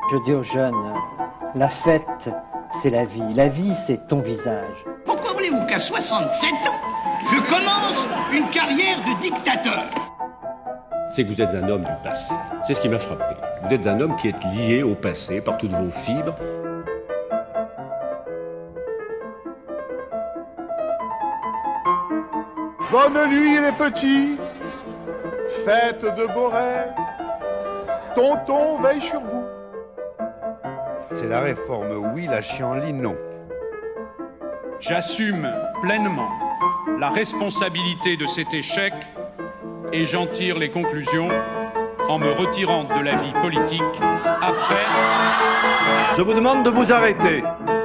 Je dis aux jeunes, la fête, c'est la vie. La vie, c'est ton visage. Pourquoi voulez-vous qu'à 67 ans, je commence une carrière de dictateur? C'est que vous êtes un homme du passé. C'est ce qui m'a frappé. Vous êtes un homme qui est lié au passé par toutes vos fibres. Bonne nuit les petits, faites de beaux rêves, tonton veille sur vous. C'est la réforme oui, la chienlit non. J'assume pleinement la responsabilité de cet échec et j'en tire les conclusions en me retirant de la vie politique après... Je vous demande de vous arrêter.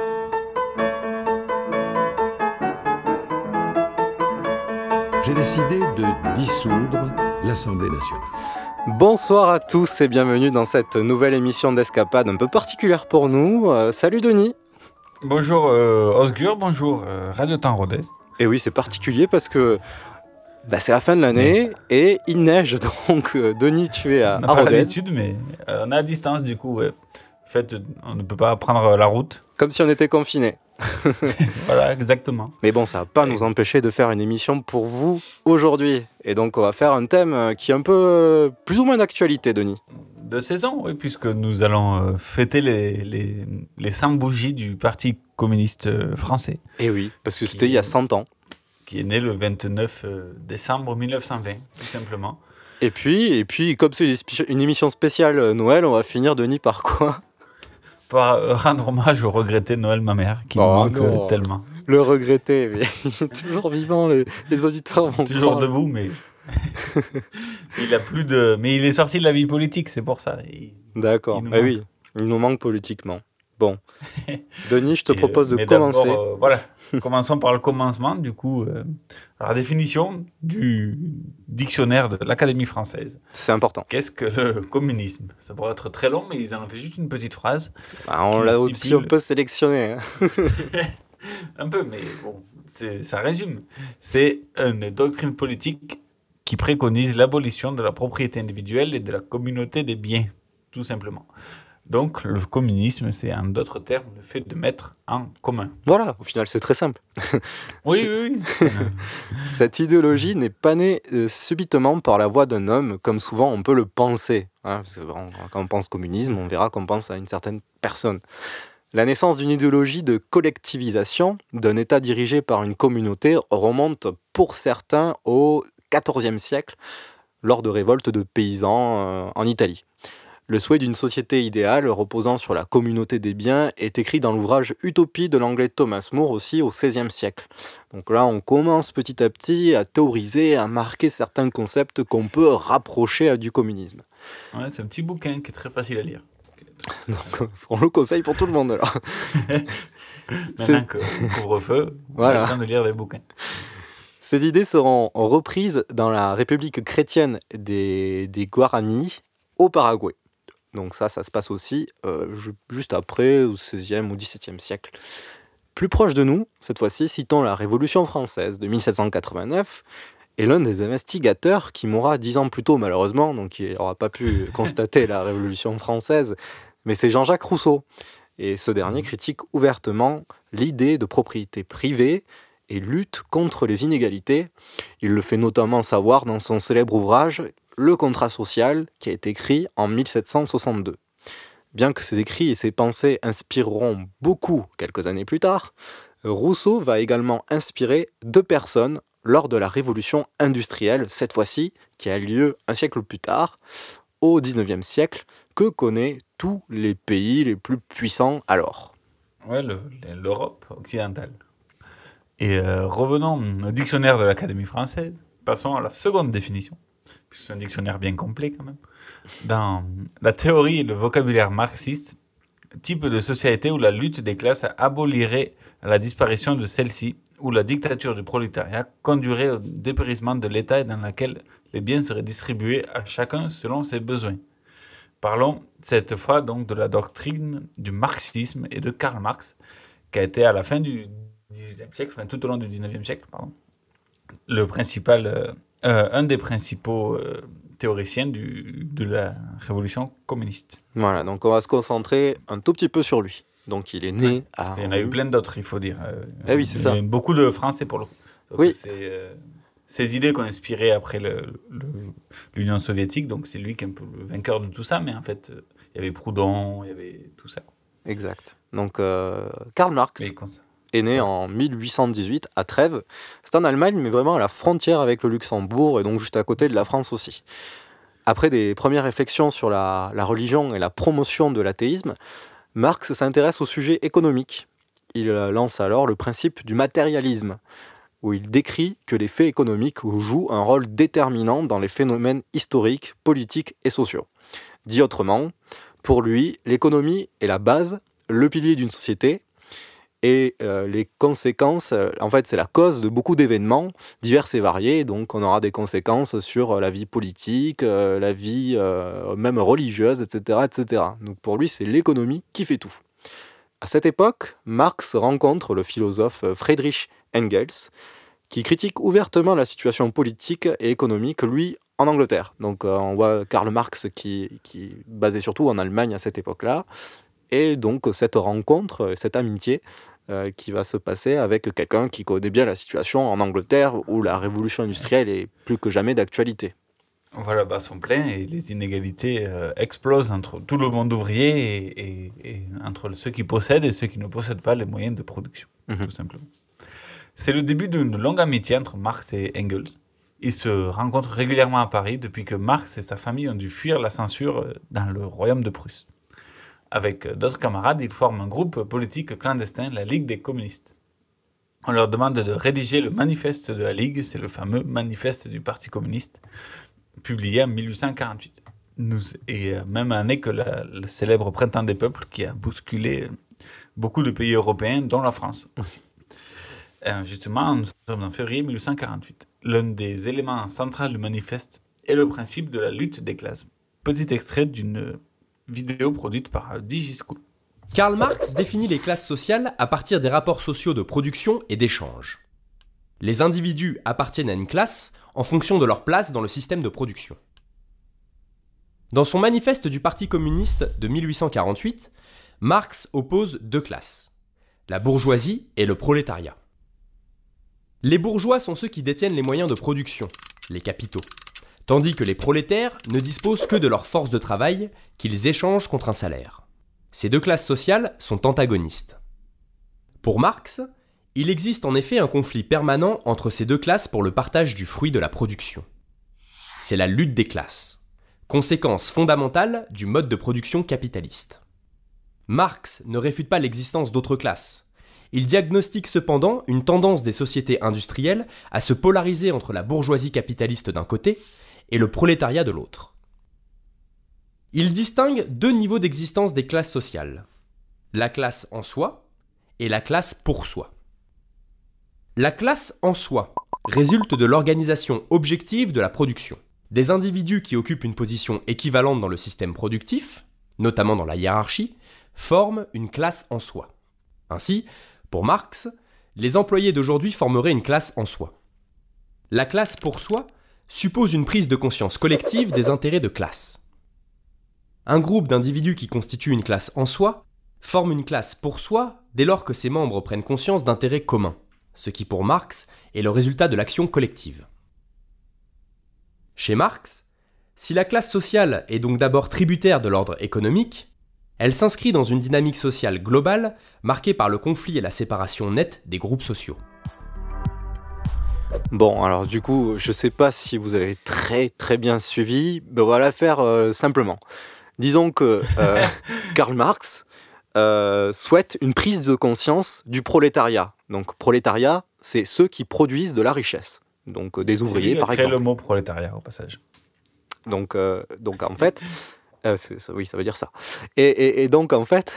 J'ai décidé de dissoudre l'Assemblée nationale. Bonsoir à tous et bienvenue dans cette nouvelle émission d'Escapade un peu particulière pour nous. Salut Denis. Bonjour Osgur, bonjour Radio Temps Rodez. Et oui, c'est particulier parce que c'est la fin de l'année et il neige, donc Denis, tu es à Rodez. On n'a pas l'habitude, mais on est à distance du coup. Ouais. En fait, on ne peut pas prendre la route. Comme si on était confinés. Voilà, exactement. Mais bon, ça va pas nous empêcher de faire une émission pour vous aujourd'hui. Et donc, on va faire un thème qui est un peu plus ou moins d'actualité, Denis. De saison, oui, puisque nous allons fêter les 100 bougies du Parti communiste français. Et oui, parce que c'était il y a 100 ans. Qui est né le 29 décembre 1920, tout simplement. Et puis comme c'est une émission spéciale Noël, on va finir, Denis, par quoi ? Par rendre hommage au regretté Noël ma mère, qui nous manque tellement. Le regretté, mais il est toujours vivant, les auditeurs vont toujours debout, mais il a plus de... Mais il est sorti de la vie politique, c'est pour ça. D'accord, oui, il nous manque politiquement. Bon, Denis, je te propose de commencer. Voilà, commençons par le commencement, du coup. La définition du dictionnaire de l'Académie française. C'est important. Qu'est-ce que le communisme ? Ça pourrait être très long, mais ils en ont fait juste une petite phrase. On l'a aussi un peu sélectionné. Hein. Un peu, mais bon, ça résume. C'est une doctrine politique qui préconise l'abolition de la propriété individuelle et de la communauté des biens, tout simplement. Donc, le communisme, c'est en d'autres termes le fait de mettre en commun. Voilà, au final, c'est très simple. Oui. Cette idéologie n'est pas née subitement par la voix d'un homme, comme souvent on peut le penser. Hein, parce que quand on pense communisme, on verra qu'on pense à une certaine personne. La naissance d'une idéologie de collectivisation, d'un État dirigé par une communauté, remonte pour certains au XIVe siècle, lors de révoltes de paysans en Italie. Le souhait d'une société idéale reposant sur la communauté des biens est écrit dans l'ouvrage Utopie de l'anglais Thomas More aussi au XVIe siècle. Donc là, on commence petit à petit à théoriser, à marquer certains concepts qu'on peut rapprocher du communisme. Ouais, c'est un petit bouquin qui est très facile à lire. Donc, on le conseille pour tout le monde alors. Maintenant que couvre-feu, voilà. On a le temps de lire des bouquins. Ces idées seront reprises dans la République chrétienne des Guarani au Paraguay. Donc ça se passe aussi juste après, au XVIe ou XVIIe siècle. Plus proche de nous, cette fois-ci, citons la Révolution française de 1789, et l'un des investigateurs qui mourra 10 ans plus tôt malheureusement, donc il n'aura pas pu constater la Révolution française, mais c'est Jean-Jacques Rousseau. Et ce dernier critique ouvertement l'idée de propriété privée et lutte contre les inégalités. Il le fait notamment savoir dans son célèbre ouvrage Le contrat social, qui a été écrit en 1762. Bien que ses écrits et ses pensées inspireront beaucoup quelques années plus tard, Rousseau va également inspirer 2 personnes lors de la révolution industrielle, cette fois-ci, qui a lieu un siècle plus tard, au XIXe siècle, que connaît tous les pays les plus puissants alors. Ouais, l'Europe occidentale. Et revenons au dictionnaire de l'Académie française. Passons à la seconde définition. C'est un dictionnaire bien complet quand même. Dans la théorie et le vocabulaire marxiste, type de société où la lutte des classes abolirait la disparition de celle-ci, où la dictature du prolétariat conduirait au dépérissement de l'État et dans laquelle les biens seraient distribués à chacun selon ses besoins. Parlons cette fois donc de la doctrine du marxisme et de Karl Marx, qui a été à la fin du XVIIIe siècle, enfin tout au long du XIXe siècle, un des principaux théoriciens de révolution communiste. Voilà, donc on va se concentrer un tout petit peu sur lui. Donc il est né à... Parce qu'il y en a eu plein d'autres, il faut dire. Oui, c'est ça. Il y a beaucoup de Français pour le coup. Donc oui. C'est ces idées qui ont inspiré après l'Union soviétique, donc c'est lui qui est un peu le vainqueur de tout ça, mais en fait, il y avait Proudhon, il y avait tout ça. Exact. Donc Karl Marx est né en 1818 à Trèves. C'est en Allemagne, mais vraiment à la frontière avec le Luxembourg, et donc juste à côté de la France aussi. Après des premières réflexions sur la religion et la promotion de l'athéisme, Marx s'intéresse au sujet économique. Il lance alors le principe du matérialisme, où il décrit que les faits économiques jouent un rôle déterminant dans les phénomènes historiques, politiques et sociaux. Dit autrement, pour lui, l'économie est la base, le pilier d'une société, et les conséquences, en fait, c'est la cause de beaucoup d'événements divers et variés. Donc, on aura des conséquences sur la vie politique, la vie même religieuse, etc., etc. Donc, pour lui, c'est l'économie qui fait tout. À cette époque, Marx rencontre le philosophe Friedrich Engels, qui critique ouvertement la situation politique et économique, lui, en Angleterre. Donc, on voit Karl Marx qui basé surtout en Allemagne à cette époque-là. Et donc, cette rencontre, cette amitié, qui va se passer avec quelqu'un qui connaît bien la situation en Angleterre où la révolution industrielle est plus que jamais d'actualité. Voilà, son plein et les inégalités explosent entre tout le monde ouvrier et entre ceux qui possèdent et ceux qui ne possèdent pas les moyens de production, tout simplement. C'est le début d'une longue amitié entre Marx et Engels. Ils se rencontrent régulièrement à Paris depuis que Marx et sa famille ont dû fuir la censure dans le royaume de Prusse. Avec d'autres camarades, ils forment un groupe politique clandestin, la Ligue des communistes. On leur demande de rédiger le manifeste de la Ligue, c'est le fameux manifeste du Parti communiste, publié en 1848. Et même année que le célèbre Printemps des peuples qui a bousculé beaucoup de pays européens, dont la France aussi. Justement, nous sommes en février 1848. L'un des éléments centraux du manifeste est le principe de la lutte des classes. Petit extrait d'une vidéo produite par DigiSchool. Karl Marx définit les classes sociales à partir des rapports sociaux de production et d'échange. Les individus appartiennent à une classe en fonction de leur place dans le système de production. Dans son manifeste du Parti communiste de 1848, Marx oppose deux classes, la bourgeoisie et le prolétariat. Les bourgeois sont ceux qui détiennent les moyens de production, les capitaux, tandis que les prolétaires ne disposent que de leur force de travail qu'ils échangent contre un salaire. Ces deux classes sociales sont antagonistes. Pour Marx, il existe en effet un conflit permanent entre ces deux classes pour le partage du fruit de la production. C'est la lutte des classes, conséquence fondamentale du mode de production capitaliste. Marx ne réfute pas l'existence d'autres classes. Il diagnostique cependant une tendance des sociétés industrielles à se polariser entre la bourgeoisie capitaliste d'un côté et le prolétariat de l'autre. Il distingue deux niveaux d'existence des classes sociales, la classe en soi et la classe pour soi. La classe en soi résulte de l'organisation objective de la production. Des individus qui occupent une position équivalente dans le système productif, notamment dans la hiérarchie, forment une classe en soi. Ainsi, pour Marx, les employés d'aujourd'hui formeraient une classe en soi. La classe pour soi suppose une prise de conscience collective des intérêts de classe. Un groupe d'individus qui constitue une classe en soi forme une classe pour soi dès lors que ses membres prennent conscience d'intérêts communs, ce qui pour Marx est le résultat de l'action collective. Chez Marx, si la classe sociale est donc d'abord tributaire de l'ordre économique, elle s'inscrit dans une dynamique sociale globale marquée par le conflit et la séparation nette des groupes sociaux. Bon, alors du coup, je sais pas si vous avez très bien suivi, mais on va la faire simplement. Disons que Karl Marx souhaite une prise de conscience du prolétariat. Donc prolétariat, c'est ceux qui produisent de la richesse. Donc des ouvriers par exemple. C'est le mot prolétariat au passage. Donc en fait, oui, ça veut dire ça. Et donc en fait,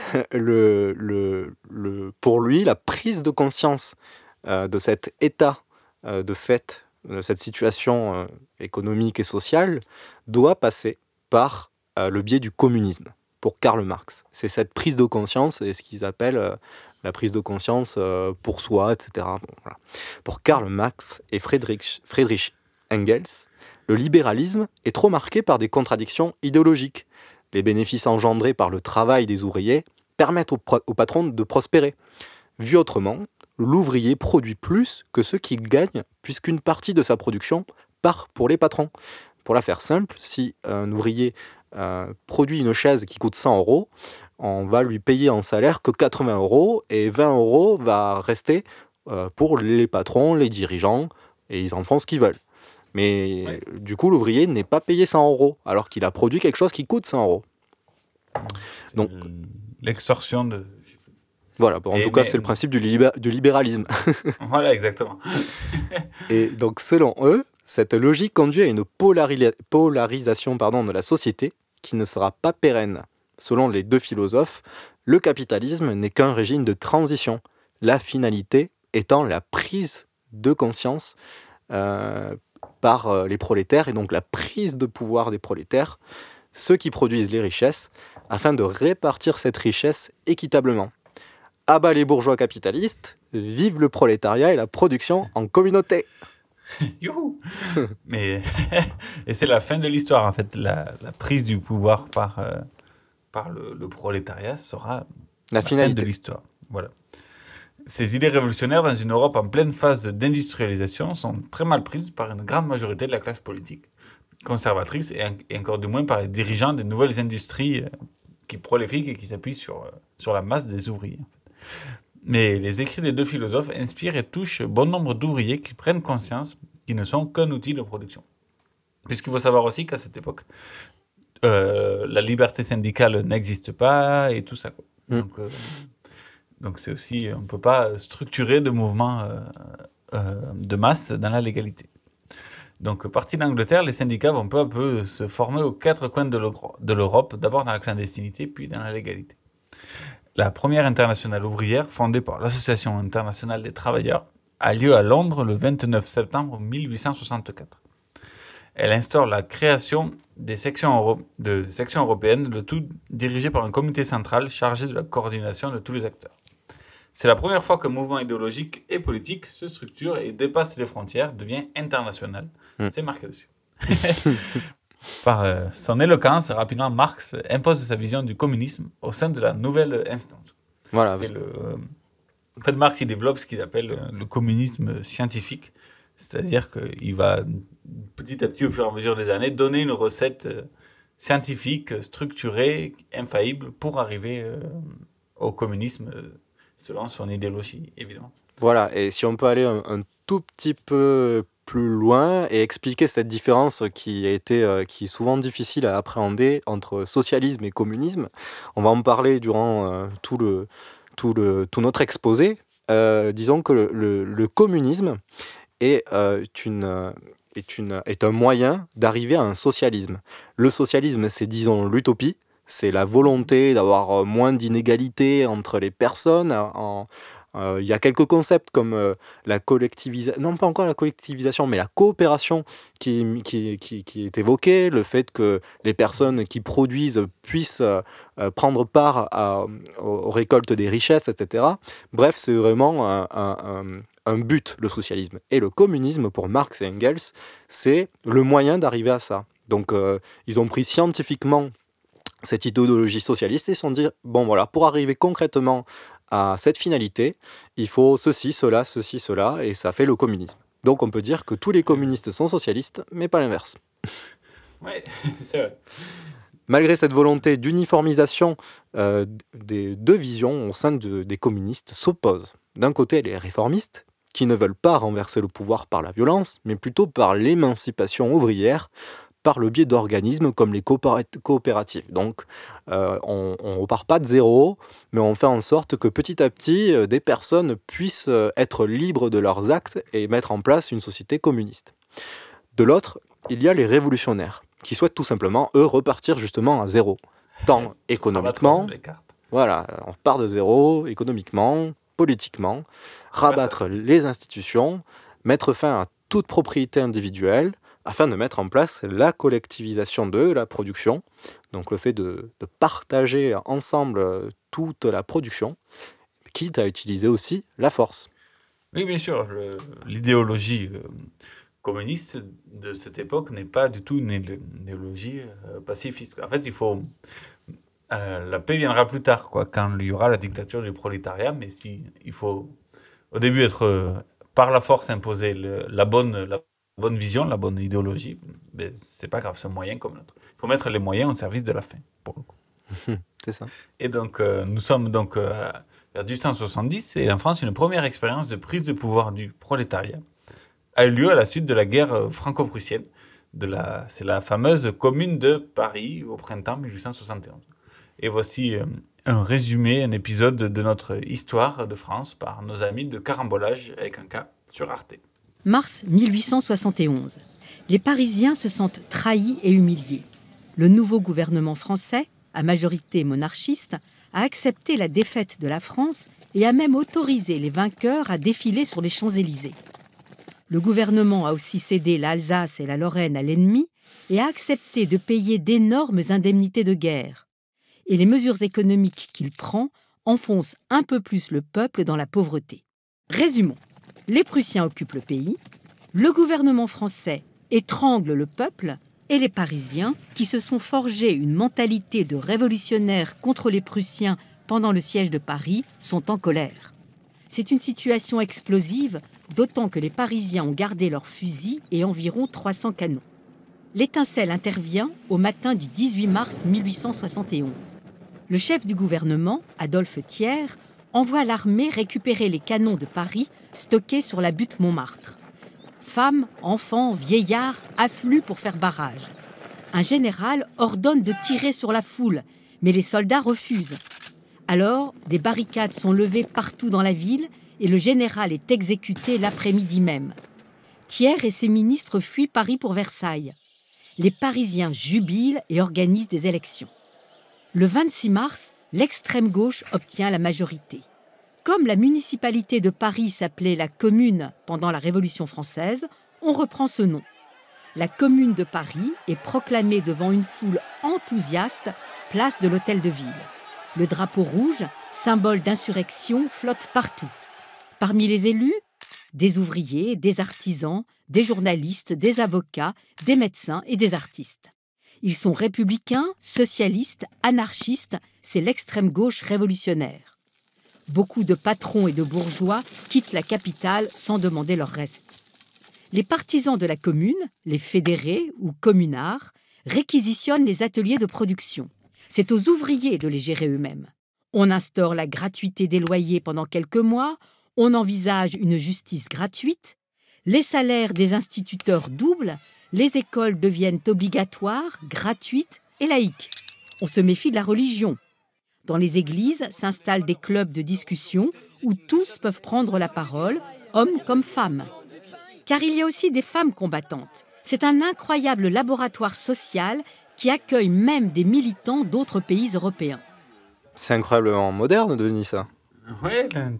pour lui, la prise de conscience de cet état de fait, de cette situation économique et sociale, doit passer par le biais du communisme, pour Karl Marx. C'est cette prise de conscience, et ce qu'ils appellent la prise de conscience pour soi, etc. Bon, voilà. Pour Karl Marx et Friedrich Engels, le libéralisme est trop marqué par des contradictions idéologiques. les bénéfices engendrés par le travail des ouvriers permettent au patron de prospérer. Vu autrement, l'ouvrier produit plus que ce qu'il gagne, puisqu'une partie de sa production part pour les patrons. Pour la faire simple, si un ouvrier produit une chaise qui coûte 100 €, on va lui payer en salaire que 80 € et 20 € va rester pour les patrons, les dirigeants, et ils en font ce qu'ils veulent. Mais du coup, l'ouvrier n'est pas payé 100 € alors qu'il a produit quelque chose qui coûte 100 €. Donc, l'extorsion de... Voilà, en tout cas, c'est le principe du libéralisme. Voilà, exactement. Et donc, selon eux, cette logique conduit à une polarisation de la société qui ne sera pas pérenne. Selon les deux philosophes, le capitalisme n'est qu'un régime de transition, la finalité étant la prise de conscience par les prolétaires, et donc la prise de pouvoir des prolétaires, ceux qui produisent les richesses, afin de répartir cette richesse équitablement. À bas les bourgeois capitalistes, vive le prolétariat et la production en communauté. Youhou. Mais et c'est la fin de l'histoire, en fait. La prise du pouvoir par le prolétariat sera la fin de l'histoire. Voilà. Ces idées révolutionnaires dans une Europe en pleine phase d'industrialisation sont très mal prises par une grande majorité de la classe politique conservatrice et encore du moins par les dirigeants des nouvelles industries qui prolifèrent et qui s'appuient sur la masse des ouvriers. Mais les écrits des deux philosophes inspirent et touchent bon nombre d'ouvriers qui prennent conscience qu'ils ne sont qu'un outil de production. Puisqu'il faut savoir aussi qu'à cette époque, la liberté syndicale n'existe pas et tout ça, quoi. Donc c'est aussi, on ne peut pas structurer de mouvements de masse dans la légalité. Donc partis d'Angleterre, les syndicats vont peu à peu se former aux quatre coins de l'Europe, d'abord dans la clandestinité, puis dans la légalité. La première internationale ouvrière, fondée par l'Association internationale des travailleurs, a lieu à Londres le 29 septembre 1864. Elle instaure la création des sections européennes, le tout dirigé par un comité central chargé de la coordination de tous les acteurs. C'est la première fois qu'un mouvement idéologique et politique se structure et dépasse les frontières, devient international. C'est marqué dessus. Par son éloquence, rapidement, Marx impose sa vision du communisme au sein de la nouvelle instance. Voilà. En fait, Marx, il développe ce qu'il appelle le communisme scientifique, c'est-à-dire qu'il va petit à petit, au fur et à mesure des années, donner une recette scientifique, structurée, infaillible, pour arriver au communisme selon son idéologie, évidemment. Voilà, et si on peut aller un tout petit peu plus loin et expliquer cette différence qui est souvent difficile à appréhender entre socialisme et communisme, on va en parler durant tout notre exposé. Disons que le communisme est un moyen d'arriver à un socialisme. Le socialisme, c'est, disons, l'utopie. C'est la volonté d'avoir moins d'inégalités entre les personnes. Il y a quelques concepts comme la collectivisation, non pas encore la collectivisation, mais la coopération qui est évoquée, le fait que les personnes qui produisent puissent prendre part aux récoltes des richesses, etc. Bref, c'est vraiment un but, le socialisme. Et le communisme, pour Marx et Engels, c'est le moyen d'arriver à ça. Donc, ils ont pris scientifiquement cette idéologie socialiste et se sont dit, bon voilà, pour arriver concrètement à cette finalité, il faut ceci, cela, et ça fait le communisme. Donc on peut dire que tous les communistes sont socialistes, mais pas l'inverse. Oui, c'est vrai. Malgré cette volonté d'uniformisation, des deux visions au sein des communistes s'opposent. D'un côté, les réformistes, qui ne veulent pas renverser le pouvoir par la violence, mais plutôt par l'émancipation ouvrière, par le biais d'organismes comme les coopératives. Donc, on ne repart pas de zéro, mais on fait en sorte que petit à petit, des personnes puissent être libres de leurs actes et mettre en place une société communiste. De l'autre, il y a les révolutionnaires, qui souhaitent tout simplement, eux, repartir justement à zéro. Tant économiquement, voilà, on repart de zéro, économiquement, politiquement, rabattre les institutions, mettre fin à toute propriété individuelle, afin de mettre en place la collectivisation de la production, donc le fait de partager ensemble toute la production, quitte à utiliser aussi la force. Oui, bien sûr, l'idéologie communiste de cette époque n'est pas du tout une idéologie pacifiste. En fait, la paix viendra plus tard, quoi, quand il y aura la dictature du prolétariat, mais il faut au début par la force imposer la bonne vision, la bonne idéologie, mais c'est pas grave, c'est un moyen comme l'autre. Il faut mettre les moyens au service de la fin, pour le coup. C'est ça. Et donc, nous sommes donc vers 1870, et en France, une première expérience de prise de pouvoir du prolétariat a eu lieu à la suite de la guerre franco-prussienne. C'est la fameuse Commune de Paris au printemps 1871. Et voici un résumé, un épisode de notre histoire de France par nos amis de Carambolage avec un cas sur Arte. Mars 1871. Les Parisiens se sentent trahis et humiliés. Le nouveau gouvernement français, à majorité monarchiste, a accepté la défaite de la France et a même autorisé les vainqueurs à défiler sur les Champs-Élysées. Le gouvernement a aussi cédé l'Alsace et la Lorraine à l'ennemi et a accepté de payer d'énormes indemnités de guerre. Et les mesures économiques qu'il prend enfoncent un peu plus le peuple dans la pauvreté. Résumons. Les Prussiens occupent le pays, le gouvernement français étrangle le peuple et les Parisiens, qui se sont forgés une mentalité de révolutionnaires contre les Prussiens pendant le siège de Paris, sont en colère. C'est une situation explosive, d'autant que les Parisiens ont gardé leurs fusils et environ 300 canons. L'étincelle intervient au matin du 18 mars 1871. Le chef du gouvernement, Adolphe Thiers, envoie l'armée récupérer les canons de Paris stockés sur la butte Montmartre. Femmes, enfants, vieillards affluent pour faire barrage. Un général ordonne de tirer sur la foule, mais les soldats refusent. Alors, des barricades sont levées partout dans la ville et le général est exécuté l'après-midi même. Thiers et ses ministres fuient Paris pour Versailles. Les Parisiens jubilent et organisent des élections. Le 26 mars, l'extrême gauche obtient la majorité. Comme la municipalité de Paris s'appelait la Commune pendant la Révolution française, on reprend ce nom. La Commune de Paris est proclamée devant une foule enthousiaste, place de l'Hôtel de Ville. Le drapeau rouge, symbole d'insurrection, flotte partout. Parmi les élus, des ouvriers, des artisans, des journalistes, des avocats, des médecins et des artistes. Ils sont républicains, socialistes, anarchistes, c'est l'extrême gauche révolutionnaire. Beaucoup de patrons et de bourgeois quittent la capitale sans demander leur reste. Les partisans de la commune, les fédérés ou communards, réquisitionnent les ateliers de production. C'est aux ouvriers de les gérer eux-mêmes. On instaure la gratuité des loyers pendant quelques mois, on envisage une justice gratuite, les salaires des instituteurs doublent, les écoles deviennent obligatoires, gratuites et laïques. On se méfie de la religion. Dans les églises s'installent des clubs de discussion où tous peuvent prendre la parole, hommes comme femmes. Car il y a aussi des femmes combattantes. C'est un incroyable laboratoire social qui accueille même des militants d'autres pays européens. C'est incroyablement moderne, Denis, ça. Oui,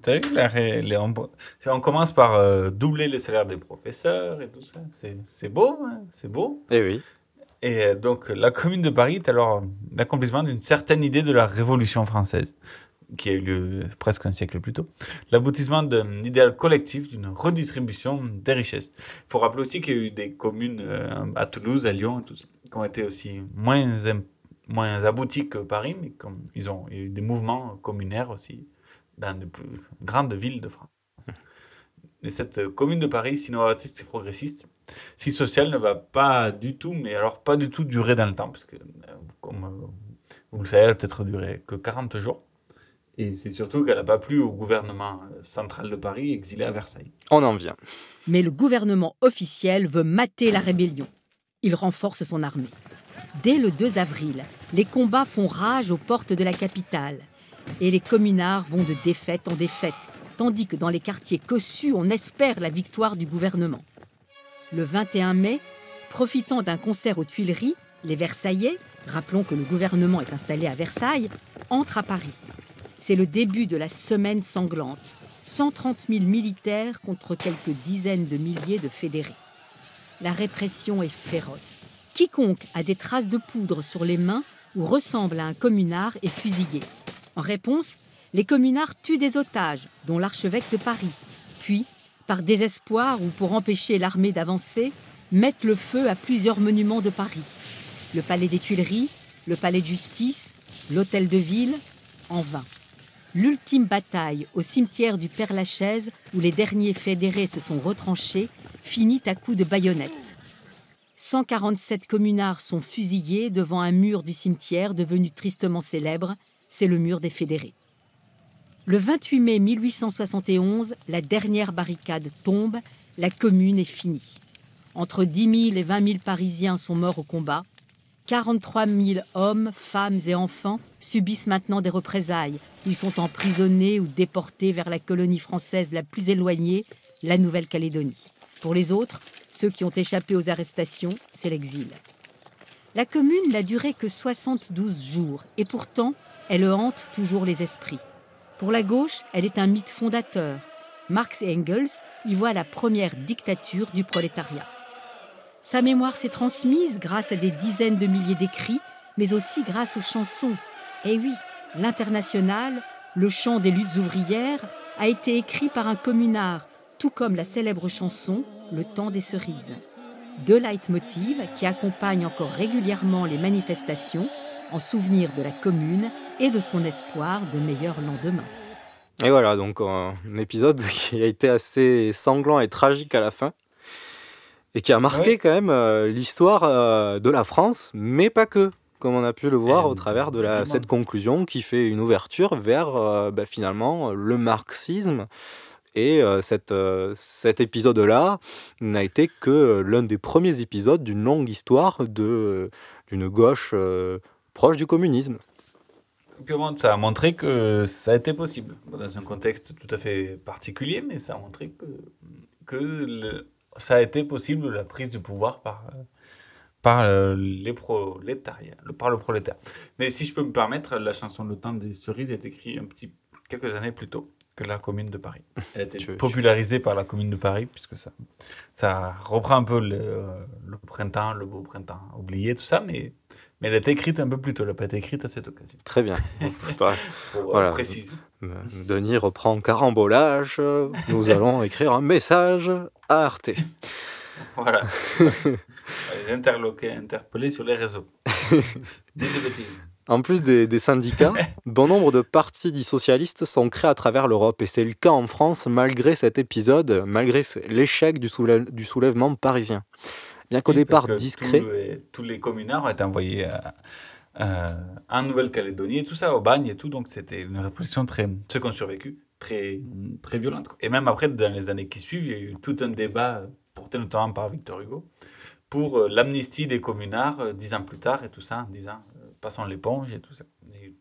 on commence par doubler les salaires des professeurs et tout ça. C'est beau, hein, c'est beau. Eh oui. Et donc, la Commune de Paris est alors l'accomplissement d'une certaine idée de la Révolution française, qui a eu lieu presque un siècle plus tôt. L'aboutissement d'un idéal collectif, d'une redistribution des richesses. Il faut rappeler aussi qu'il y a eu des communes à Toulouse, à Lyon, et tout ça, qui ont été aussi moins abouties que Paris, mais il y a eu des mouvements communaires aussi dans les plus grandes villes de France. Et cette Commune de Paris, si novatiste et progressiste, si sociale, ne va pas du tout, mais alors pas du tout durer dans le temps, parce que, comme vous le savez, elle a peut-être duré que 40 jours. Et c'est surtout qu'elle n'a pas plu au gouvernement central de Paris, exilé à Versailles. On en vient. Mais le gouvernement officiel veut mater la rébellion. Il renforce son armée. Dès le 2 avril, les combats font rage aux portes de la capitale. Et les communards vont de défaite en défaite, tandis que dans les quartiers cossus, on espère la victoire du gouvernement. Le 21 mai, profitant d'un concert aux Tuileries, les Versaillais, rappelons que le gouvernement est installé à Versailles, entrent à Paris. C'est le début de la semaine sanglante. 130 000 militaires contre quelques dizaines de milliers de fédérés. La répression est féroce. Quiconque a des traces de poudre sur les mains ou ressemble à un communard est fusillé. En réponse, les communards tuent des otages, dont l'archevêque de Paris. Puis, par désespoir ou pour empêcher l'armée d'avancer, mettent le feu à plusieurs monuments de Paris. Le palais des Tuileries, le palais de justice, l'hôtel de ville, en vain. L'ultime bataille au cimetière du Père-Lachaise, où les derniers fédérés se sont retranchés, finit à coups de baïonnettes. 147 communards sont fusillés devant un mur du cimetière devenu tristement célèbre, c'est le mur des fédérés. Le 28 mai 1871, la dernière barricade tombe, la commune est finie. Entre 10 000 et 20 000 Parisiens sont morts au combat. 43 000 hommes, femmes et enfants subissent maintenant des représailles. Ils sont emprisonnés ou déportés vers la colonie française la plus éloignée, la Nouvelle-Calédonie. Pour les autres, ceux qui ont échappé aux arrestations, c'est l'exil. La commune n'a duré que 72 jours et pourtant, elle hante toujours les esprits. Pour la gauche, elle est un mythe fondateur. Marx et Engels y voient la première dictature du prolétariat. Sa mémoire s'est transmise grâce à des dizaines de milliers d'écrits, mais aussi grâce aux chansons. Et oui, l'Internationale, le chant des luttes ouvrières, a été écrit par un communard, tout comme la célèbre chanson « Le temps des cerises ». Deux leitmotivs qui accompagnent encore régulièrement les manifestations en souvenir de la commune et de son espoir de meilleurs lendemains. Et voilà, donc un épisode qui a été assez sanglant et tragique à la fin, et qui a marqué quand même l'histoire de la France, mais pas que, comme on a pu le voir au travers de cette conclusion qui fait une ouverture vers finalement le marxisme. Et cet épisode-là n'a été que l'un des premiers épisodes d'une longue histoire d'une gauche proche du communisme. Et puis ça a montré que ça a été possible, dans un contexte tout à fait particulier, mais ça a montré que ça a été possible la prise du pouvoir par les prolétariats, par le prolétaire. Mais si je peux me permettre, la chanson Le temps des cerises est écrite quelques années plus tôt que la Commune de Paris. Elle a été popularisée par la Commune de Paris, puisque ça reprend un peu le printemps, le beau printemps oublié, tout ça, mais elle a été écrite un peu plus tôt, elle n'a pas été écrite à cette occasion. Très bien. Pour préciser. Denis reprend Carambolage, nous allons écrire un message à Arte. Voilà. Les interpellés sur les réseaux. Des bêtises. En plus des syndicats, bon nombre de partis dits socialistes sont créés à travers l'Europe. Et c'est le cas en France malgré cet épisode, malgré l'échec du soulèvement parisien. Bien qu'au départ discret... Tous les communards ont été envoyés en Nouvelle-Calédonie et tout ça, au bagne et tout. Donc c'était une répression ceux qui ont survécu, très, très violente. Et même après, dans les années qui suivent, il y a eu tout un débat, porté notamment par Victor Hugo, pour l'amnistie des communards 10 ans plus tard et tout ça, en disant passons l'éponge et tout ça. Il y a eu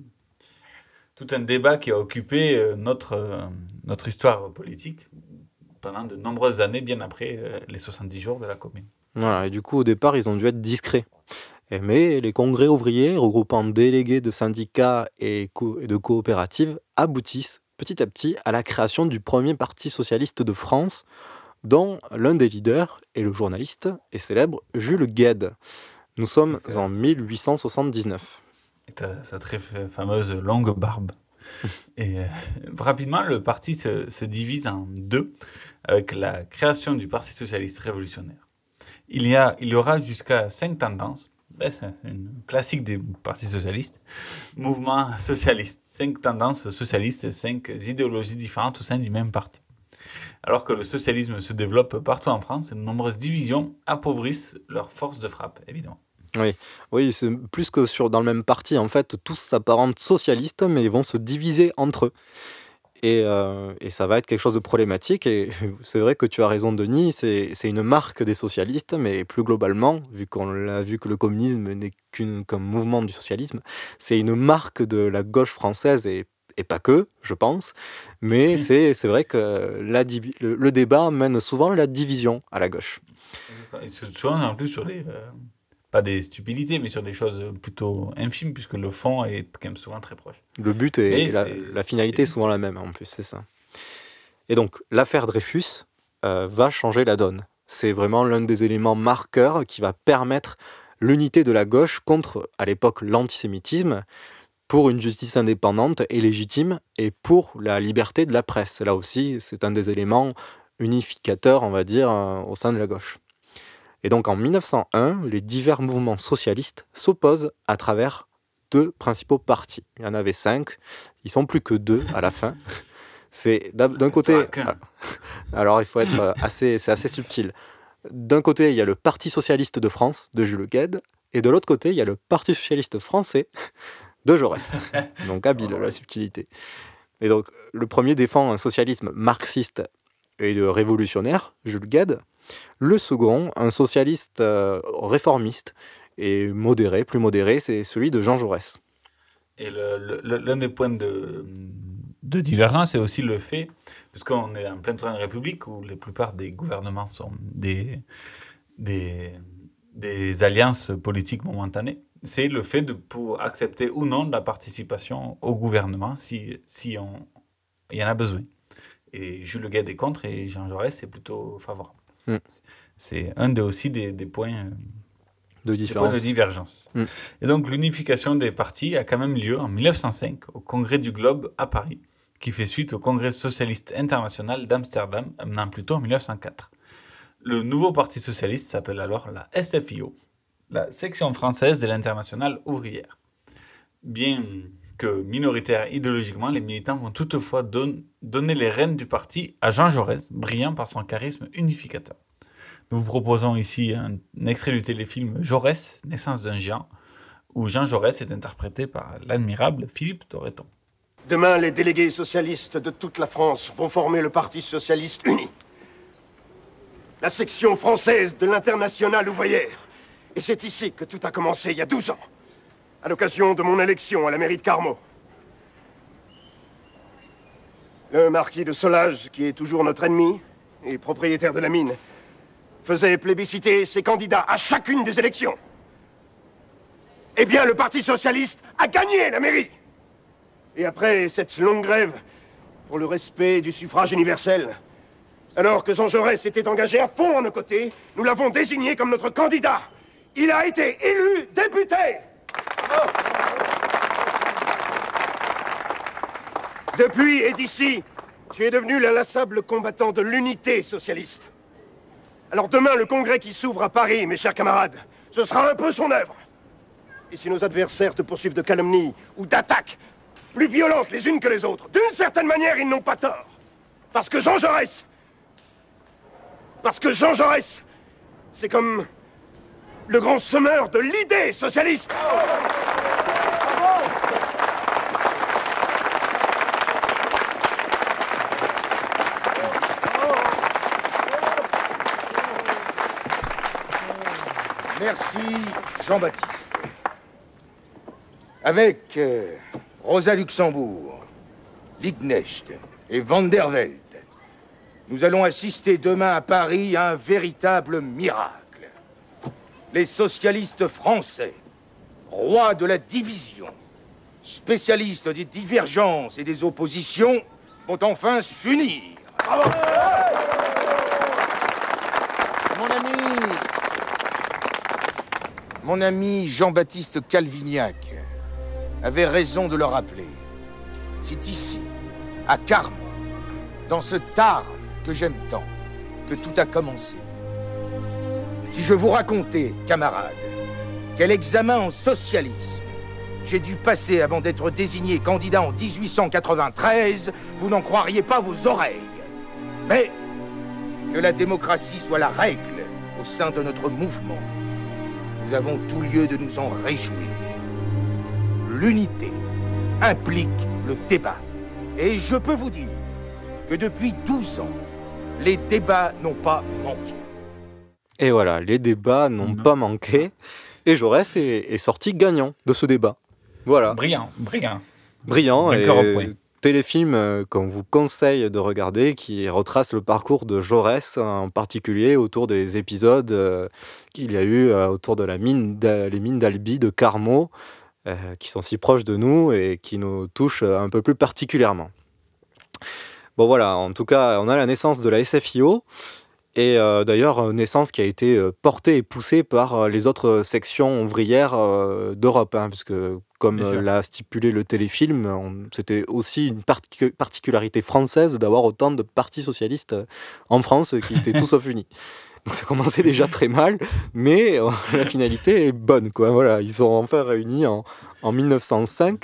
tout un débat qui a occupé notre histoire politique pendant de nombreuses années, bien après les 70 jours de la Commune. Voilà, et du coup, au départ, ils ont dû être discrets. Mais les congrès ouvriers, regroupant délégués de syndicats et de coopératives, aboutissent petit à petit à la création du premier parti socialiste de France, dont l'un des leaders est le journaliste et célèbre Jules Guesde. Nous sommes en 1879. Et sa très fameuse longue barbe. Et rapidement, le parti se divise en deux, avec la création du Parti socialiste révolutionnaire. Il y aura jusqu'à 5 tendances. C'est une classique des partis socialistes. Mouvement socialiste. 5 tendances socialistes et 5 idéologies différentes au sein du même parti. Alors que le socialisme se développe partout en France, de nombreuses divisions appauvrissent leur force de frappe, évidemment. Oui, c'est plus que dans le même parti. En fait, tous s'apparentent socialistes, mais ils vont se diviser entre eux. Et ça va être quelque chose de problématique. Et c'est vrai que tu as raison, Denis, c'est une marque des socialistes, mais plus globalement, vu qu'on l'a vu que le communisme n'est qu'un mouvement du socialisme, c'est une marque de la gauche française et pas que, je pense. Mais c'est vrai que le débat mène souvent la division à la gauche. Et souvent, en plus, sur pas des stupidités, mais sur des choses plutôt infimes, puisque le fond est quand même souvent très proche. Le but et la finalité est souvent la même, en plus, c'est ça. Et donc, l'affaire Dreyfus va changer la donne. C'est vraiment l'un des éléments marqueurs qui va permettre l'unité de la gauche contre, à l'époque, l'antisémitisme, pour une justice indépendante et légitime, et pour la liberté de la presse. Là aussi, c'est un des éléments unificateur, on va dire, au sein de la gauche. Et donc en 1901, les divers mouvements socialistes s'opposent à travers 2 principaux partis. Il y en avait 5, ils sont plus que 2 à la fin. C'est d'un côté... Alors il faut être c'est assez subtil. D'un côté, il y a le Parti socialiste de France, de Jules Guesde, et de l'autre côté, il y a le Parti socialiste français de Jaurès. Donc habile la subtilité. Et donc le premier défend un socialisme marxiste et révolutionnaire, Jules Guesde. Le second, un socialiste réformiste et modéré, plus modéré, c'est celui de Jean Jaurès. Et l'un des points de divergence, c'est aussi le fait, puisqu'on est en pleine Troisième République, où la plupart des gouvernements sont des alliances politiques momentanées, c'est le fait de pour accepter ou non la participation au gouvernement si il y en a besoin. Et Jules Guesde est contre et Jean Jaurès est plutôt favorable. C'est un des points de divergence. Et donc l'unification des partis a quand même lieu en 1905 au Congrès du Globe à Paris, qui fait suite au Congrès socialiste international d'Amsterdam, amenant plutôt en 1904. Le nouveau parti socialiste s'appelle alors la SFIO, la section française de l'Internationale ouvrière. Bien que minoritaires idéologiquement, les militants vont toutefois donner les rênes du parti à Jean Jaurès, brillant par son charisme unificateur. Nous vous proposons ici un extrait du téléfilm Jaurès, naissance d'un géant, où Jean Jaurès est interprété par l'admirable Philippe Torreton. Demain, les délégués socialistes de toute la France vont former le Parti socialiste uni. La section française de l'Internationale ouvrière. Et c'est ici que tout a commencé, il y a 12 ans. À l'occasion de mon élection à la mairie de Carmaux. Le marquis de Solage, qui est toujours notre ennemi, et propriétaire de la mine, faisait plébisciter ses candidats à chacune des élections. Eh bien, le Parti socialiste a gagné la mairie. Et après cette longue grève pour le respect du suffrage universel, alors que Jean Jaurès était engagé à fond à nos côtés, nous l'avons désigné comme notre candidat. Il a été élu député. Depuis et d'ici, tu es devenu l'inlassable combattant de l'unité socialiste. Alors demain, le congrès qui s'ouvre à Paris, mes chers camarades, ce sera un peu son œuvre. Et si nos adversaires te poursuivent de calomnies ou d'attaques plus violentes les unes que les autres, d'une certaine manière, ils n'ont pas tort. Parce que Jean Jaurès, c'est comme le grand semeur de l'idée socialiste. Merci Jean-Baptiste. Avec Rosa Luxembourg, Liebknecht et Van der Velde, nous allons assister demain à Paris à un véritable miracle. Les socialistes français, rois de la division, spécialistes des divergences et des oppositions, vont enfin s'unir. Bravo. Mon ami Jean-Baptiste Calvignac avait raison de le rappeler. C'est ici, à Carmaux, dans ce Tarn que j'aime tant, que tout a commencé. Si je vous racontais, camarades, quel examen en socialisme j'ai dû passer avant d'être désigné candidat en 1893, vous n'en croiriez pas vos oreilles. Mais que la démocratie soit la règle au sein de notre mouvement, nous avons tout lieu de nous en réjouir. L'unité implique le débat. Et je peux vous dire que depuis 12 ans, les débats n'ont pas manqué. Et voilà, les débats n'ont pas manqué. Et Jaurès est sorti gagnant de ce débat. Voilà. Brillant. Et téléfilm qu'on vous conseille de regarder, qui retrace le parcours de Jaurès, en particulier autour des épisodes qu'il y a eu autour de les mines d'Albi de Carmaux, qui sont si proches de nous et qui nous touchent un peu plus particulièrement. Bon voilà, en tout cas, on a la naissance de la SFIO, Et d'ailleurs, naissance qui a été portée et poussée par les autres sections ouvrières d'Europe, hein, parce que comme l'a stipulé le téléfilm, c'était aussi une particularité française d'avoir autant de partis socialistes en France qui étaient tous sauf unis. Donc ça commençait déjà très mal, mais la finalité est bonne, quoi. Voilà, ils sont enfin réunis en 1905.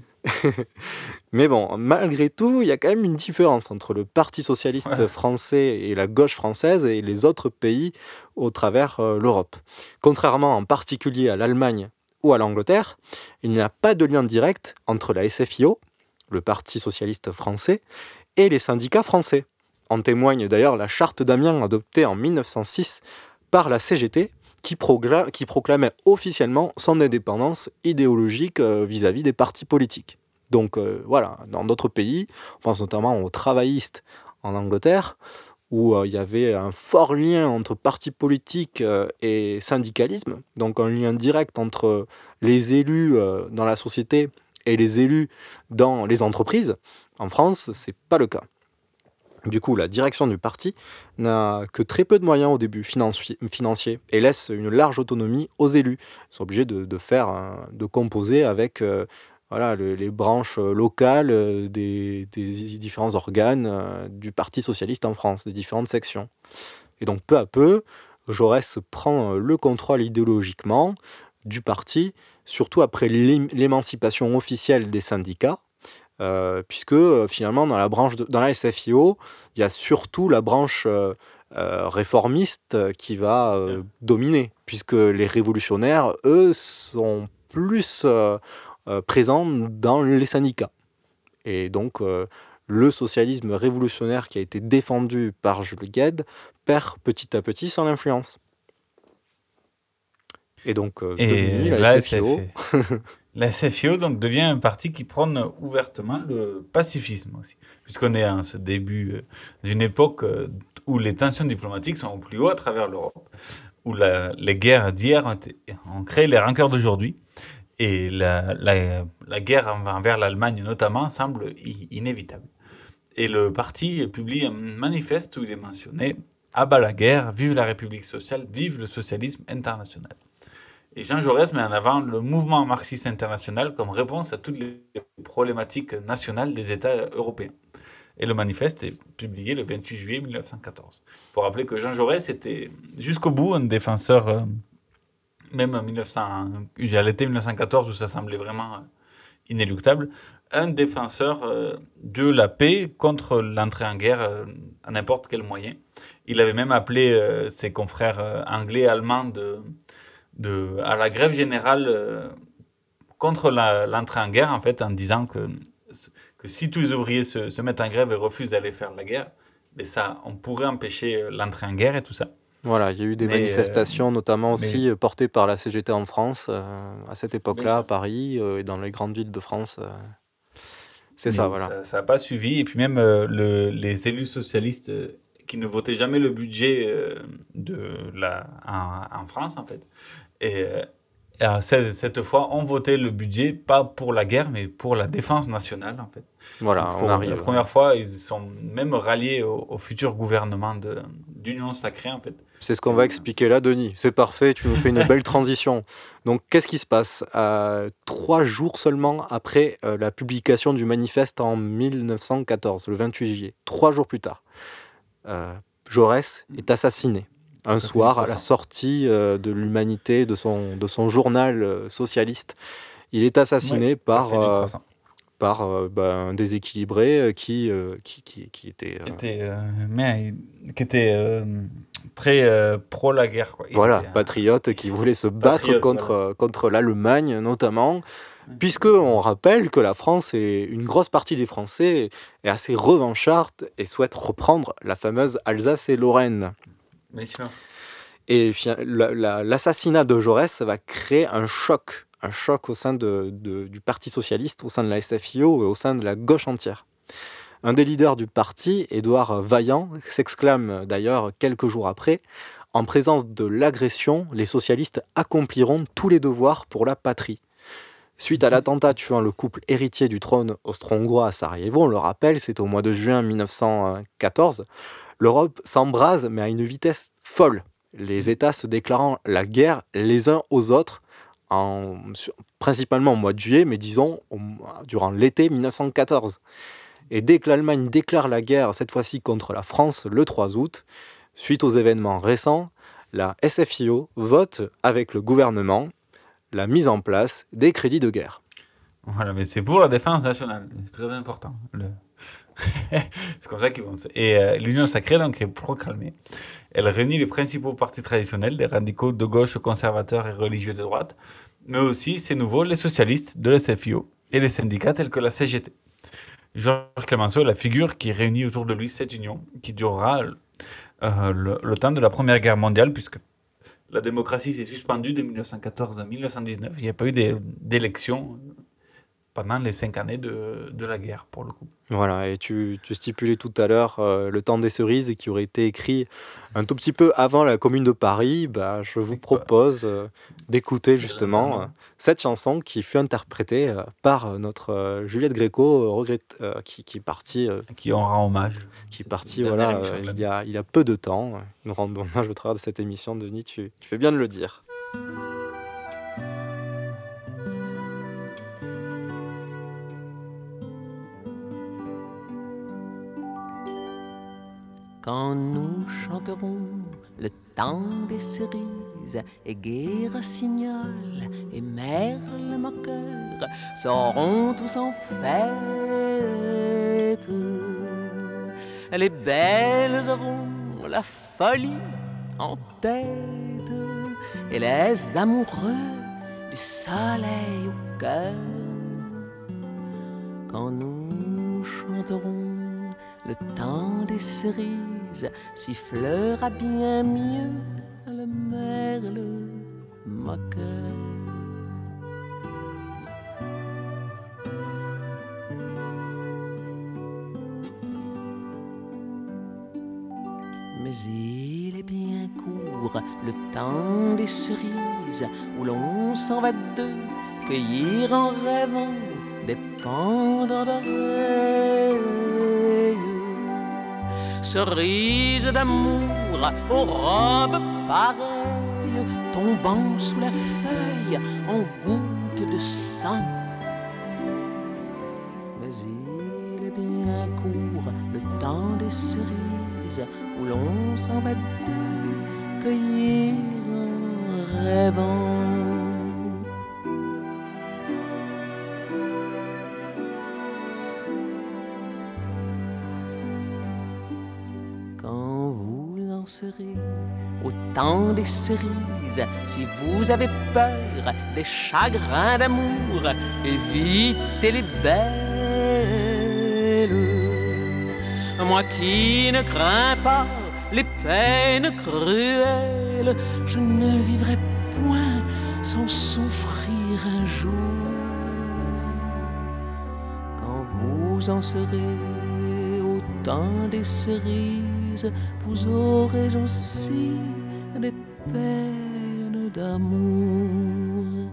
Mais bon, malgré tout, il y a quand même une différence entre le Parti socialiste français et la gauche française et les autres pays au travers l'Europe. Contrairement en particulier à l'Allemagne ou à l'Angleterre, il n'y a pas de lien direct entre la SFIO, le Parti socialiste français, et les syndicats français. En témoigne d'ailleurs la charte d'Amiens adoptée en 1906 par la CGT, qui proclamait officiellement son indépendance idéologique vis-à-vis des partis politiques. Donc voilà, dans d'autres pays, on pense notamment aux travaillistes en Angleterre, où il y avait un fort lien entre partis politiques et syndicalisme, donc un lien direct entre les élus dans la société et les élus dans les entreprises. En France, c'est pas le cas. Du coup, la direction du parti n'a que très peu de moyens au début financiers et laisse une large autonomie aux élus. Ils sont obligés de composer avec les branches locales des différents organes du Parti socialiste en France, des différentes sections. Et donc, peu à peu, Jaurès prend le contrôle idéologiquement du parti, surtout après l'émancipation officielle des syndicats, puisque finalement dans la SFIO, il y a surtout la branche réformiste qui va dominer, puisque les révolutionnaires, eux, sont plus présents dans les syndicats. Et donc le socialisme révolutionnaire qui a été défendu par Jules Guesde perd petit à petit son influence. Et donc la SFIO... La SFIO donc, devient un parti qui prône ouvertement le pacifisme aussi, puisqu'on est à ce début d'une époque où les tensions diplomatiques sont au plus haut à travers l'Europe, où les guerres d'hier ont créé les rancœurs d'aujourd'hui, et la guerre envers l'Allemagne notamment semble inévitable. Et le parti publie un manifeste où il est mentionné « À bas la guerre, vive la République sociale, vive le socialisme international ». Et Jean Jaurès met en avant le mouvement marxiste international comme réponse à toutes les problématiques nationales des États européens. Et le manifeste est publié le 28 juillet 1914. Il faut rappeler que Jean Jaurès était jusqu'au bout un défenseur, même en l'été 1914 où ça semblait vraiment inéluctable, un défenseur de la paix contre l'entrée en guerre à n'importe quel moyen. Il avait même appelé ses confrères anglais et allemands à la grève générale contre l'entrée en guerre, en fait, en disant que si tous les ouvriers se mettent en grève et refusent d'aller faire la guerre, mais on pourrait empêcher l'entrée en guerre et tout ça. Voilà, il y a eu des manifestations, notamment aussi portées par la CGT en France, à cette époque-là, à Paris et dans les grandes villes de France. Voilà. Ça n'a pas suivi, et puis même les élus socialistes qui ne votaient jamais le budget en France, en fait. Et cette fois, on votait le budget, pas pour la guerre, mais pour la défense nationale, en fait. Voilà, on arrive. La première fois, ils sont même ralliés au futur gouvernement d'Union Sacrée, en fait. C'est ce qu'on va expliquer là, Denis. C'est parfait, tu nous fais une belle transition. Donc, qu'est-ce qui se passe 3 jours seulement après la publication du manifeste en 1914, le 28 juillet, 3 jours plus tard, Jaurès est assassiné. Un soir, à la sortie de l'Humanité, de son journal socialiste, il est assassiné par un déséquilibré qui était très pro la guerre, quoi. Patriote qui voulait se battre contre l'Allemagne notamment, puisque on rappelle que la France et une grosse partie des Français est assez revancharde et souhaite reprendre la fameuse Alsace et Lorraine. Bien sûr. Et l'assassinat de Jaurès va créer un choc au sein du Parti socialiste, au sein de la SFIO et au sein de la gauche entière. Un des leaders du parti, Édouard Vaillant, s'exclame d'ailleurs quelques jours après « En présence de l'agression, les socialistes accompliront tous les devoirs pour la patrie ». Suite à l'attentat tuant le couple héritier du trône austro-hongrois à Sarajevo, on le rappelle, c'est au mois de juin 1914, L'Europe s'embrase, mais à une vitesse folle. Les États se déclarant la guerre les uns aux autres, principalement au mois de juillet, mais disons durant l'été 1914. Et dès que l'Allemagne déclare la guerre, cette fois-ci contre la France, le 3 août, suite aux événements récents, la SFIO vote avec le gouvernement la mise en place des crédits de guerre. Voilà, mais c'est pour la défense nationale, c'est très important. C'est comme ça qu'ils vont. Et l'Union sacrée, donc, est proclamée. Elle réunit les principaux partis traditionnels, les radicaux de gauche, conservateurs et religieux de droite, mais aussi, c'est nouveau, les socialistes de la SFIO et les syndicats tels que la CGT. Georges Clemenceau est la figure qui réunit autour de lui cette union, qui durera le temps de la Première Guerre mondiale, puisque la démocratie s'est suspendue de 1914 à 1919. Il n'y a pas eu d'élection pendant les 5 années de la guerre, pour le coup. Voilà, et tu stipulais tout à l'heure Le Temps des cerises, qui aurait été écrit un tout petit peu avant la Commune de Paris. Je vous propose d'écouter justement cette chanson qui fut interprétée par notre Juliette Gréco, qui est partie... qui en rend hommage. Qui est partie il y a peu de temps. Nous rendons hommage au travers de cette émission, Denis, tu fais bien de le dire. Quand nous chanterons le temps des cerises, et gai rossignol et merle moqueur seront tous en fête. Les belles auront la folie en tête, et les amoureux du soleil au cœur. Quand nous chanterons le temps des cerises, sifflera bien mieux le merle moqueur. Mais il est bien court le temps des cerises, où l'on s'en va deux cueillir en rêvant des pendants d'oreilles. Cerises d'amour aux robes pareilles, tombant sous la feuille en gouttes de sang. Mais il est bien court le temps des cerises, où l'on s'en va deux cueillir en rêvant. Au temps des cerises, si vous avez peur des chagrins d'amour, évitez les belles. Moi qui ne crains pas les peines cruelles, je ne vivrai point sans souffrir un jour. Quand vous en serez au temps des cerises, vous aurez aussi des peines d'amour.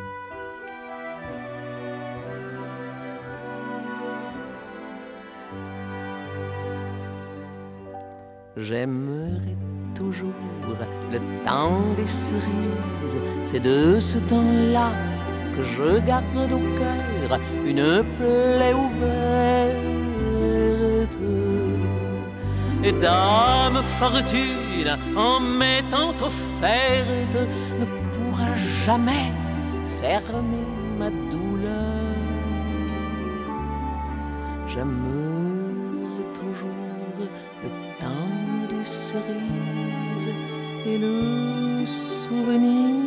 J'aimerai toujours le temps des cerises, c'est de ce temps-là que je garde au cœur une plaie ouverte. Et dame fortune, en m'étant offerte, ne pourra jamais fermer ma douleur. J'aimerai toujours le temps des cerises et le souvenir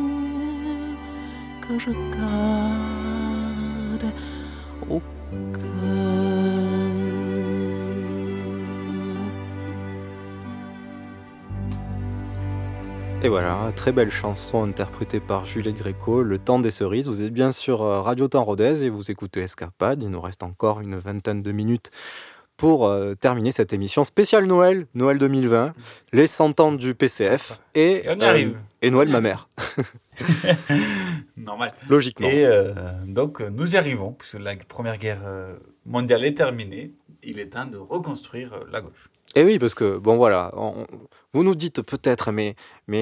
que je garde au cœur. Et voilà, très belle chanson interprétée par Juliette Gréco, Le Temps des cerises. Vous êtes bien sur Radio Temps Rodez et vous écoutez Escapade. Il nous reste encore une vingtaine de minutes pour terminer cette émission spéciale Noël 2020, les 100 ans du PCF et on y arrive. Et Noël ma mère. Normal. Logiquement. Et donc nous y arrivons, puisque la Première Guerre mondiale est terminée. Il est temps de reconstruire la gauche. Et oui, parce que, bon voilà, vous nous dites peut-être, mais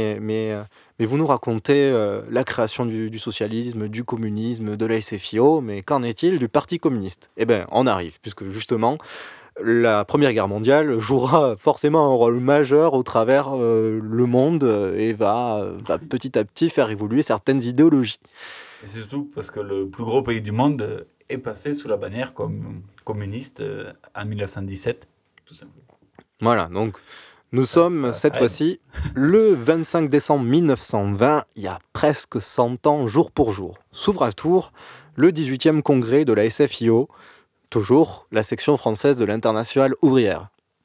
vous nous racontez la création du socialisme, du communisme, de la SFIO, mais qu'en est-il du Parti communiste? Eh bien, on arrive, puisque justement, la Première Guerre mondiale jouera forcément un rôle majeur au travers le monde et va petit à petit faire évoluer certaines idéologies. Et surtout parce que le plus gros pays du monde est passé sous la bannière communiste en 1917, tout simplement. Voilà, donc nous sommes cette fois-ci le 25 décembre 1920, il y a presque 100 ans, jour pour jour. S'ouvre à Tours le 18e congrès de la SFIO, toujours la section française de l'Internationale ouvrière.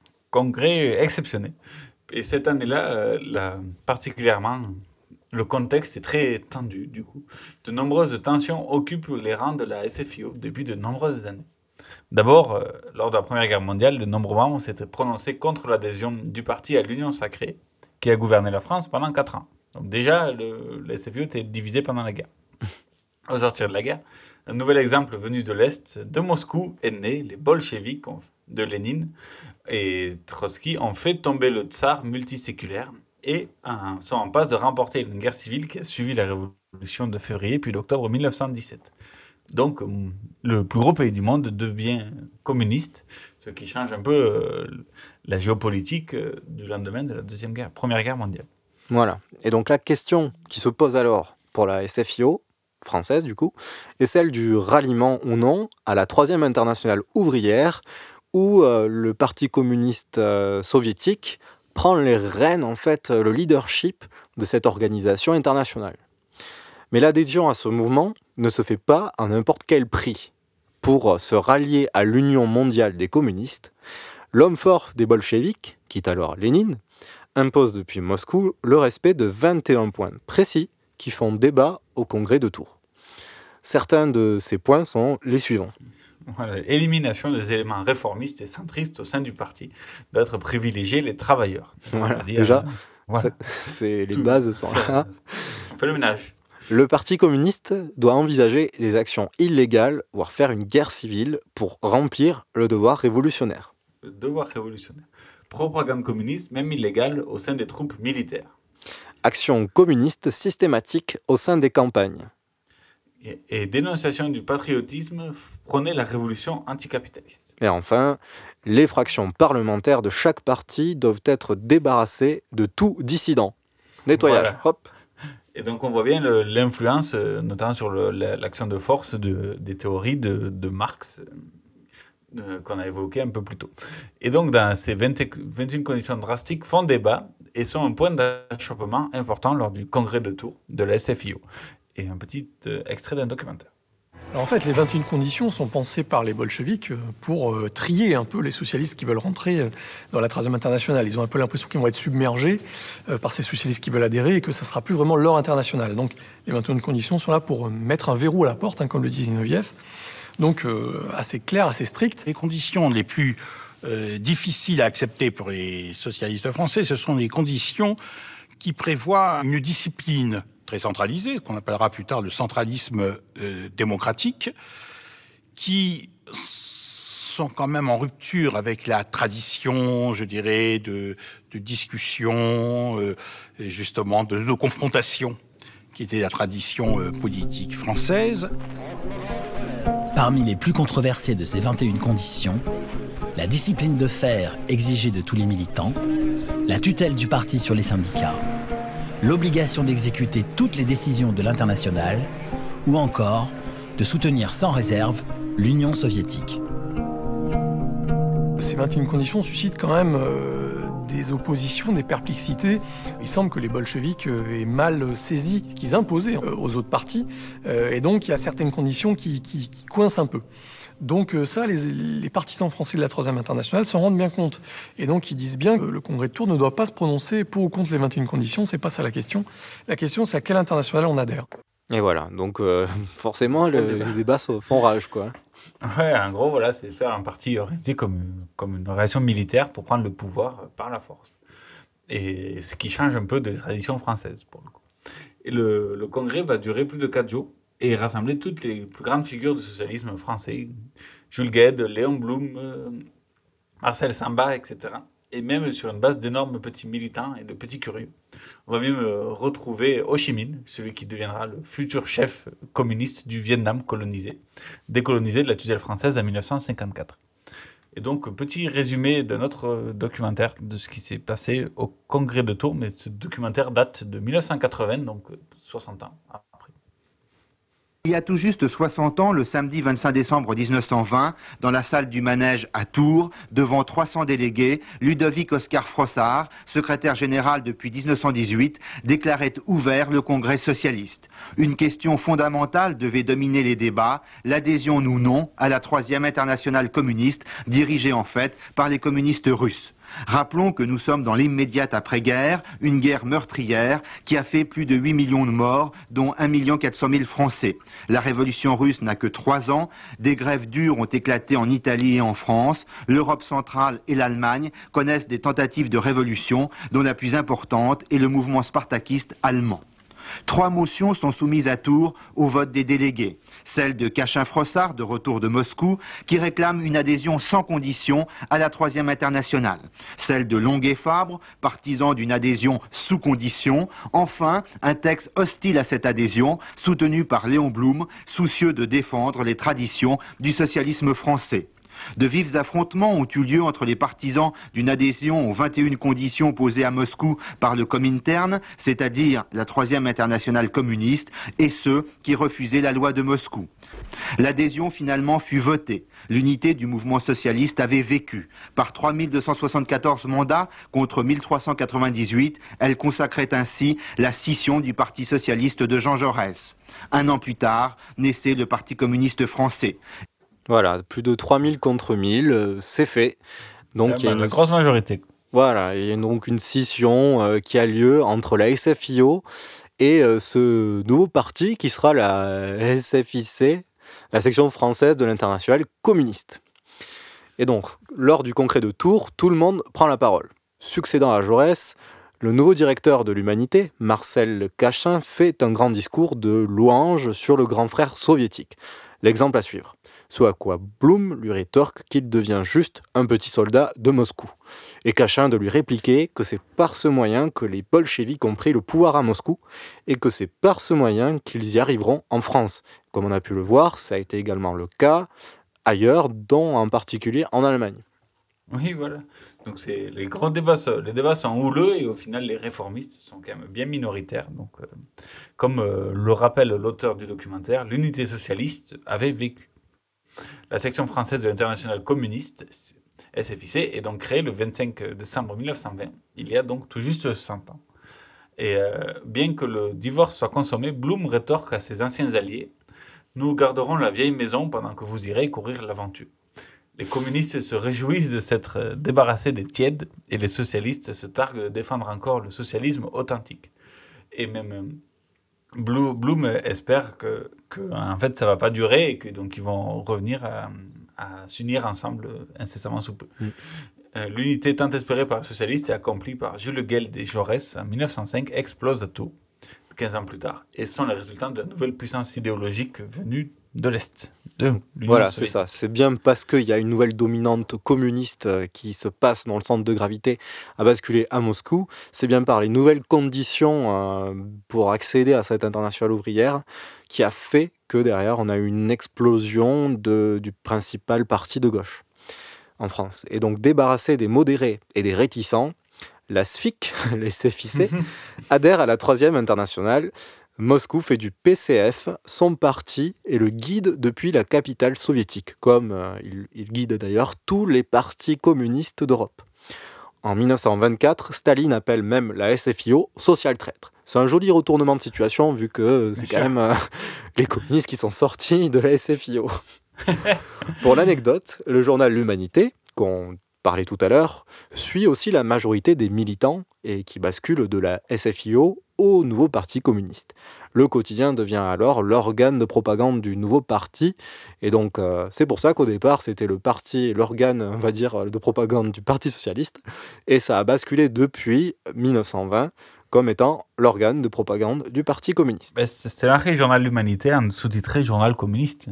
Congrès exceptionnel. Et cette année-là, particulièrement, le contexte est très tendu, du coup. De nombreuses tensions occupent les rangs de la SFIO depuis de nombreuses années. D'abord, lors de la Première Guerre mondiale, de nombreux membres s'étaient prononcés contre l'adhésion du parti à l'Union sacrée, qui a gouverné la France pendant 4 ans. Donc déjà, la SFIO était divisée pendant la guerre. Au sortir de la guerre, un nouvel exemple venu de l'Est, de Moscou, est né. Les bolcheviks de Lénine et Trotsky ont fait tomber le tsar multiséculaire et sont en passe de remporter une guerre civile qui a suivi la révolution de février puis d'octobre 1917. Donc, le plus gros pays du monde devient communiste, ce qui change un peu la géopolitique du lendemain de la Première Guerre mondiale. Voilà. Et donc la question qui se pose alors pour la SFIO, française du coup, est celle du ralliement ou non à la Troisième Internationale ouvrière, où le Parti communiste soviétique prend les rênes, en fait, le leadership de cette organisation internationale. Mais l'adhésion à ce mouvement ne se fait pas à n'importe quel prix. Pour se rallier à l'Union mondiale des communistes, l'homme fort des bolcheviks, qui est alors Lénine, impose depuis Moscou le respect de 21 points précis qui font débat au congrès de Tours. Certains de ces points sont les suivants. Voilà, élimination des éléments réformistes et centristes au sein du parti, d'être privilégiés les travailleurs. Voilà, déjà, voilà. Les bases sont là. On fait le ménage. Le Parti communiste doit envisager des actions illégales, voire faire une guerre civile pour remplir le devoir révolutionnaire. Le devoir révolutionnaire. Propagande communiste, même illégale, au sein des troupes militaires. Action communiste systématique au sein des campagnes. Et dénonciation du patriotisme, prôner la révolution anticapitaliste. Et enfin, les fractions parlementaires de chaque parti doivent être débarrassées de tout dissident. Nettoyage, voilà. Hop. Et donc on voit bien l'influence, notamment sur l'action de force des théories de Marx, qu'on a évoqué un peu plus tôt. Et donc dans ces 21 conditions drastiques font débat et sont un point d'achoppement important lors du congrès de Tours de la SFIO. Et un petit extrait d'un documentaire. Alors en fait, les 21 conditions sont pensées par les bolcheviks pour trier un peu les socialistes qui veulent rentrer dans la Troisième Internationale. Ils ont un peu l'impression qu'ils vont être submergés par ces socialistes qui veulent adhérer et que ça ne sera plus vraiment leur internationale. Donc les 21 conditions sont là pour mettre un verrou à la porte, comme le dit Zinoviev. Donc assez clair, assez strict. Les conditions les plus difficiles à accepter pour les socialistes français, ce sont les conditions qui prévoient une discipline très centralisé, ce qu'on appellera plus tard le centralisme démocratique, qui sont quand même en rupture avec la tradition, je dirais, de discussion, et justement de confrontation, qui était la tradition politique française. Parmi les plus controversées de ces 21 conditions, la discipline de fer exigée de tous les militants, la tutelle du parti sur les syndicats, l'obligation d'exécuter toutes les décisions de l'internationale, ou encore de soutenir sans réserve l'Union soviétique. Ces 21 conditions suscitent quand même des oppositions, des perplexités. Il semble que les bolcheviks aient mal saisi ce qu'ils imposaient aux autres partis, et donc il y a certaines conditions qui coincent un peu. Donc ça, les partisans français de la Troisième Internationale s'en rendent bien compte. Et donc ils disent bien que le congrès de Tours ne doit pas se prononcer pour ou contre les 21 conditions, c'est pas ça la question. La question, c'est à quelle internationale on adhère. Et voilà, donc forcément, les débats font rage, quoi. Ouais, en gros, voilà, c'est faire un parti organisé comme une organisation militaire pour prendre le pouvoir par la force. Et ce qui change un peu de la tradition française, pour le coup. Et le congrès va durer plus de 4 jours. Et rassembler toutes les plus grandes figures du socialisme français, Jules Guesde, Léon Blum, Marcel Samba, etc. et même sur une base d'énormes petits militants et de petits curieux. On va même retrouver Ho Chi Minh, celui qui deviendra le futur chef communiste du Vietnam décolonisé de la tutelle française en 1954. Et donc, petit résumé de notre documentaire, de ce qui s'est passé au congrès de Tours, mais ce documentaire date de 1980, donc 60 ans après. Il y a tout juste 60 ans, le samedi 25 décembre 1920, dans la salle du Manège à Tours, devant 300 délégués, Ludovic Oscar Frossard, secrétaire général depuis 1918, déclarait ouvert le Congrès socialiste. Une question fondamentale devait dominer les débats, l'adhésion ou non à la Troisième Internationale communiste, dirigée en fait par les communistes russes. Rappelons que nous sommes dans l'immédiate après-guerre, une guerre meurtrière qui a fait plus de 8 millions de morts, dont 1 400 000 Français. La révolution russe n'a que 3 ans, des grèves dures ont éclaté en Italie et en France, l'Europe centrale et l'Allemagne connaissent des tentatives de révolution, dont la plus importante est le mouvement spartakiste allemand. 3 motions sont soumises à Tours au vote des délégués. Celle de Cachin-Frossard, de retour de Moscou, qui réclame une adhésion sans condition à la Troisième Internationale. Celle de Longuet-Fabre, partisan d'une adhésion sous condition. Enfin, un texte hostile à cette adhésion, soutenu par Léon Blum, soucieux de défendre les traditions du socialisme français. De vifs affrontements ont eu lieu entre les partisans d'une adhésion aux 21 conditions posées à Moscou par le Comintern, c'est-à-dire la Troisième Internationale communiste, et ceux qui refusaient la loi de Moscou. L'adhésion finalement fut votée. L'unité du mouvement socialiste avait vécu. Par 3274 mandats contre 1398, elle consacrait ainsi la scission du Parti socialiste de Jean Jaurès. 1 an plus tard, naissait le Parti communiste français. Voilà, plus de 3000 contre 1000, c'est fait. Donc il y a une grosse majorité. Voilà, il y a donc une scission qui a lieu entre la SFIO et ce nouveau parti qui sera la SFIC, la section française de l'Internationale communiste. Et donc, lors du congrès de Tours, tout le monde prend la parole. Succédant à Jaurès, le nouveau directeur de l'Humanité, Marcel Cachin, fait un grand discours de louange sur le grand frère soviétique. L'exemple à suivre. Ce à quoi Blum lui rétorque qu'il devient juste un petit soldat de Moscou. Et Cachin de lui répliquer que c'est par ce moyen que les bolcheviks ont pris le pouvoir à Moscou et que c'est par ce moyen qu'ils y arriveront en France. Comme on a pu le voir, ça a été également le cas ailleurs, dont en particulier en Allemagne. Oui, voilà. Donc les grands débats, les débats sont houleux et au final les réformistes sont quand même bien minoritaires. Donc, comme le rappelle l'auteur du documentaire, l'unité socialiste avait vécu. La section française de l'Internationale communiste, SFIC, est donc créée le 25 décembre 1920, il y a donc tout juste 100 ans. Et bien que le divorce soit consommé, Blum rétorque à ses anciens alliés « Nous garderons la vieille maison pendant que vous irez courir l'aventure ». Les communistes se réjouissent de s'être débarrassés des tièdes et les socialistes se targuent de défendre encore le socialisme authentique. Et même Blum espère que en fait ça va pas durer et que donc ils vont revenir à s'unir ensemble incessamment sous peu. L'unité tant espérée par les socialistes et accomplie par Jules Gueld et Jaurès en 1905 explose à Tours, 15 ans plus tard, et sont les résultats de la nouvelle puissance idéologique venue de l'Est. Voilà, c'est ça. C'est bien parce qu'il y a une nouvelle dominante communiste qui se passe dans le centre de gravité à basculer à Moscou. C'est bien par les nouvelles conditions pour accéder à cette internationale ouvrière qui a fait que derrière on a eu une explosion du principal parti de gauche en France. Et donc débarrassé des modérés et des réticents, la SFIC, les SFIC, adhère à la Troisième Internationale. Moscou fait du PCF son parti et le guide depuis la capitale soviétique, comme il guide d'ailleurs tous les partis communistes d'Europe. En 1924, Staline appelle même la SFIO social traître. C'est un joli retournement de situation vu que c'est quand même les communistes qui sont sortis de la SFIO. Pour l'anecdote, le journal L'Humanité, qu'on parlait tout à l'heure, suit aussi la majorité des militants et qui bascule de la SFIO au nouveau parti communiste. Le quotidien devient alors l'organe de propagande du nouveau parti, et donc c'est pour ça qu'au départ c'était l'organe, on va dire, de propagande du Parti socialiste, et ça a basculé depuis 1920 comme étant l'organe de propagande du Parti communiste. C'était marqué Journal L'Humanité en sous-titré Journal communiste,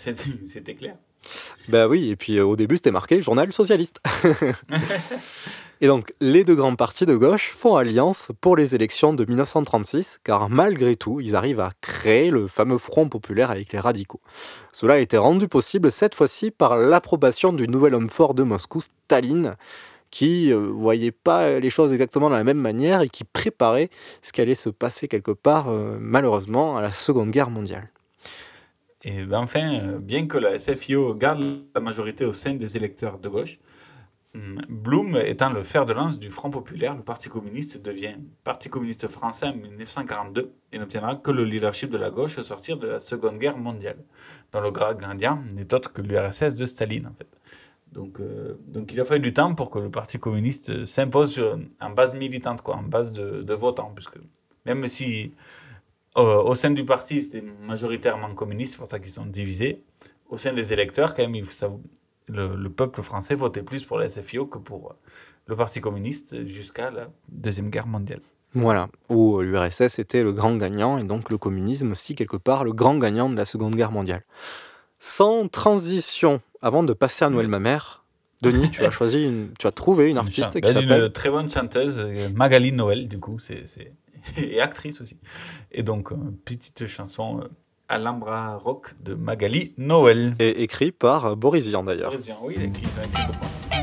c'était clair. Ben oui, et puis au début c'était marqué Journal socialiste. Et donc, les deux grands partis de gauche font alliance pour les élections de 1936, car malgré tout, ils arrivent à créer le fameux Front populaire avec les radicaux. Cela a été rendu possible cette fois-ci par l'approbation du nouvel homme fort de Moscou, Staline, qui voyait pas les choses exactement de la même manière et qui préparait ce qui allait se passer quelque part, malheureusement, à la Seconde Guerre mondiale. Et enfin, bien que la SFIO garde la majorité au sein des électeurs de gauche, Blum étant le fer de lance du Front populaire, le Parti communiste devient Parti communiste français en 1942 et n'obtiendra que le leadership de la gauche au sortir de la Seconde Guerre mondiale, dont le gradient n'est autre que l'URSS de Staline en fait. Donc il a fallu du temps pour que le Parti communiste s'impose en base militante, en base de votants, puisque même si au sein du parti c'était majoritairement communiste, c'est pour ça qu'ils sont divisés, au sein des électeurs quand même le peuple français votait plus pour la SFIO que pour le Parti communiste jusqu'à la Deuxième Guerre mondiale. Voilà, où l'URSS était le grand gagnant et donc le communisme aussi quelque part le grand gagnant de la Seconde Guerre mondiale. Sans transition, avant de passer à Noël ma mère, Denis, tu as trouvé une artiste qui s'appelle... Une très bonne chanteuse, Magali Noël, du coup, et actrice aussi. Et donc, petite chanson Alhambra Rock de Magali Noël. Et écrit par Boris Vian d'ailleurs. Boris Vian, oui, il a écrit beaucoup.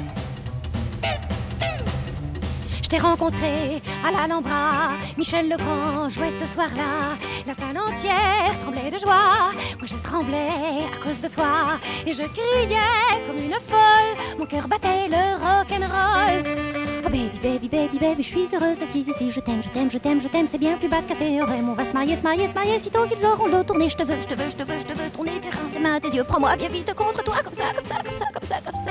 Je t'ai rencontré à l'Alhambra, Michel Legrand jouait ce soir-là. La salle entière tremblait de joie, moi je tremblais à cause de toi. Et je criais comme une folle, mon cœur battait le rock'n'roll. Oh baby, baby, baby, baby, je suis heureuse assise ici. Je t'aime, je t'aime, je t'aime, je t'aime, c'est bien plus bas qu'un théorème. On va se marier, se marier, se marier, sitôt qu'ils auront le dos tourné. Je te veux, je te veux, je te veux, je te veux tourner tes reins, tes mains, tes yeux. Prends-moi bien vite contre toi, comme ça, comme ça, comme ça, comme ça, comme ça.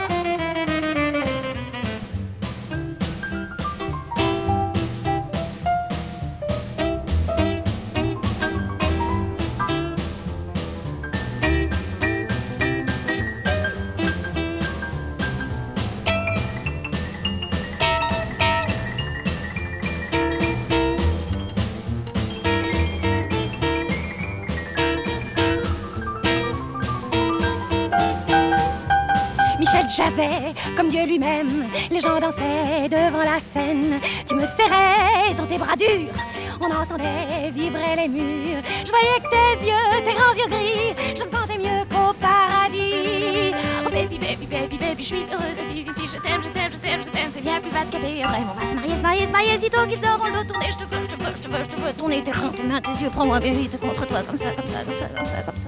Michel jazzait comme Dieu lui-même, les gens dansaient devant la scène. Tu me serrais dans tes bras durs, on entendait vibrer les murs. Je voyais que tes yeux, tes grands yeux gris, je me sentais mieux qu'au paradis. Oh baby, baby, baby, baby, je suis heureuse assise ici. Je t'aime, je t'aime, je t'aime, je t'aime, c'est bien plus bas qu'à théorème. On va se marier, se marier, se marier, sitôt qu'ils auront le dos tourné. Je te veux, je te veux, je te veux, je te veux tourner tes reins, tes mains, tes yeux. Prends-moi bien vite contre toi, comme ça, comme ça, comme ça, comme ça, comme ça.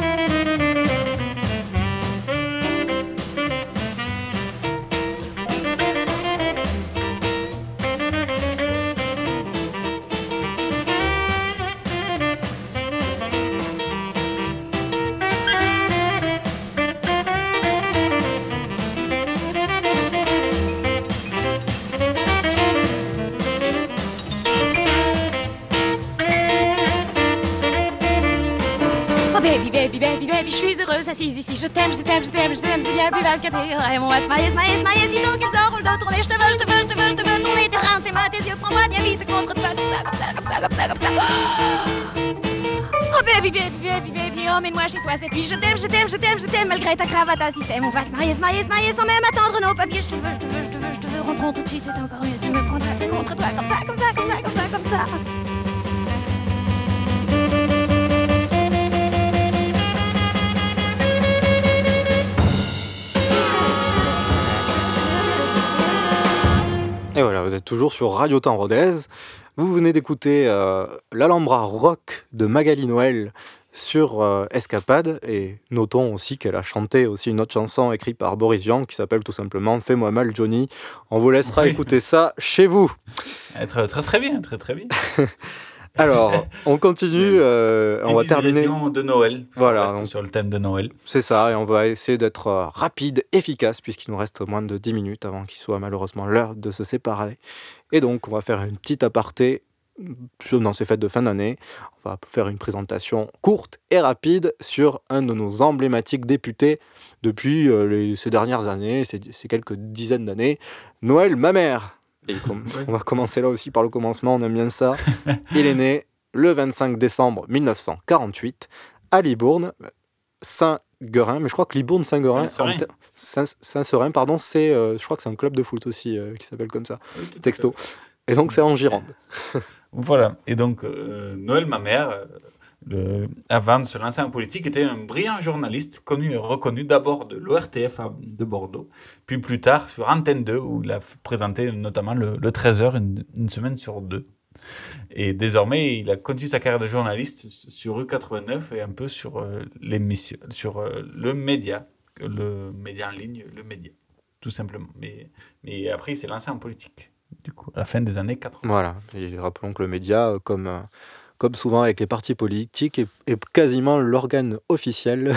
Baby, baby, baby, baby, je suis heureuse assise ici. Je t'aime, je t'aime, je t'aime, je t'aime, c'est bien plus bas qu'un théorème. On va se marier, se marier, se marier, sitôt qu'ils auront le dos tourné. Je te veux, je te veux, je te veux, je te veux tourner tes reins, tes mains, tes yeux. Prends-moi bien vite contre toi, comme ça, comme ça, comme ça, comme ça, comme ça. Oh baby, baby, baby, baby, emmène-moi chez toi cette nuit. Je t'aime, je t'aime, je t'aime, je t'aime, malgré ta cravate à système. On va se marier, se marier, se marier, sans même attendre nos papiers. Je te veux, je te veux, je te veux, je te veux. Rentrons tout de suite, c'est encore mieux. Tu me prendras contre toi, comme ça, comme ça, comme ça, comme ça, comme ça. Et voilà, vous êtes toujours sur Radio Temps Rodez. Vous venez d'écouter l'Alhambra Rock de Magali Noël sur Escapade. Et notons aussi qu'elle a chanté aussi une autre chanson écrite par Boris Vian qui s'appelle tout simplement « Fais-moi mal Johnny ». On vous laissera écouter ça chez vous. Très, très, très bien, très, très bien. Alors, on continue, on va terminer de Noël. Voilà, donc, sur le thème de Noël. C'est ça, et on va essayer d'être rapide, efficace, puisqu'il nous reste moins de 10 minutes avant qu'il soit malheureusement l'heure de se séparer. Et donc, on va faire une petite aparté dans ces fêtes de fin d'année. On va faire une présentation courte et rapide sur un de nos emblématiques députés depuis ces dernières années, ces quelques dizaines d'années, Noël ma mère. Et on va commencer là aussi par le commencement, on aime bien ça. Il est né le 25 décembre 1948 à Libourne. Saint-Guerin, mais je crois que Libourne-Saint-Guerin, Saint-Seurin, pardon, je crois que c'est un club de foot aussi qui s'appelle comme ça, texto. Et donc c'est en Gironde. Voilà, et donc Noël Mamère, avant de se lancer en politique, était un brillant journaliste, connu et reconnu d'abord de l'ORTF de Bordeaux, puis plus tard sur Antenne 2, où il a présenté notamment le 13h une semaine sur deux. Et désormais, il a continué sa carrière de journaliste sur U89 et un peu sur l'émission, sur le média en ligne, le média, tout simplement. Mais après, il s'est lancé en politique, du coup, à la fin des années 80. Voilà, et rappelons que le média, comme souvent avec les partis politiques, est quasiment l'organe officiel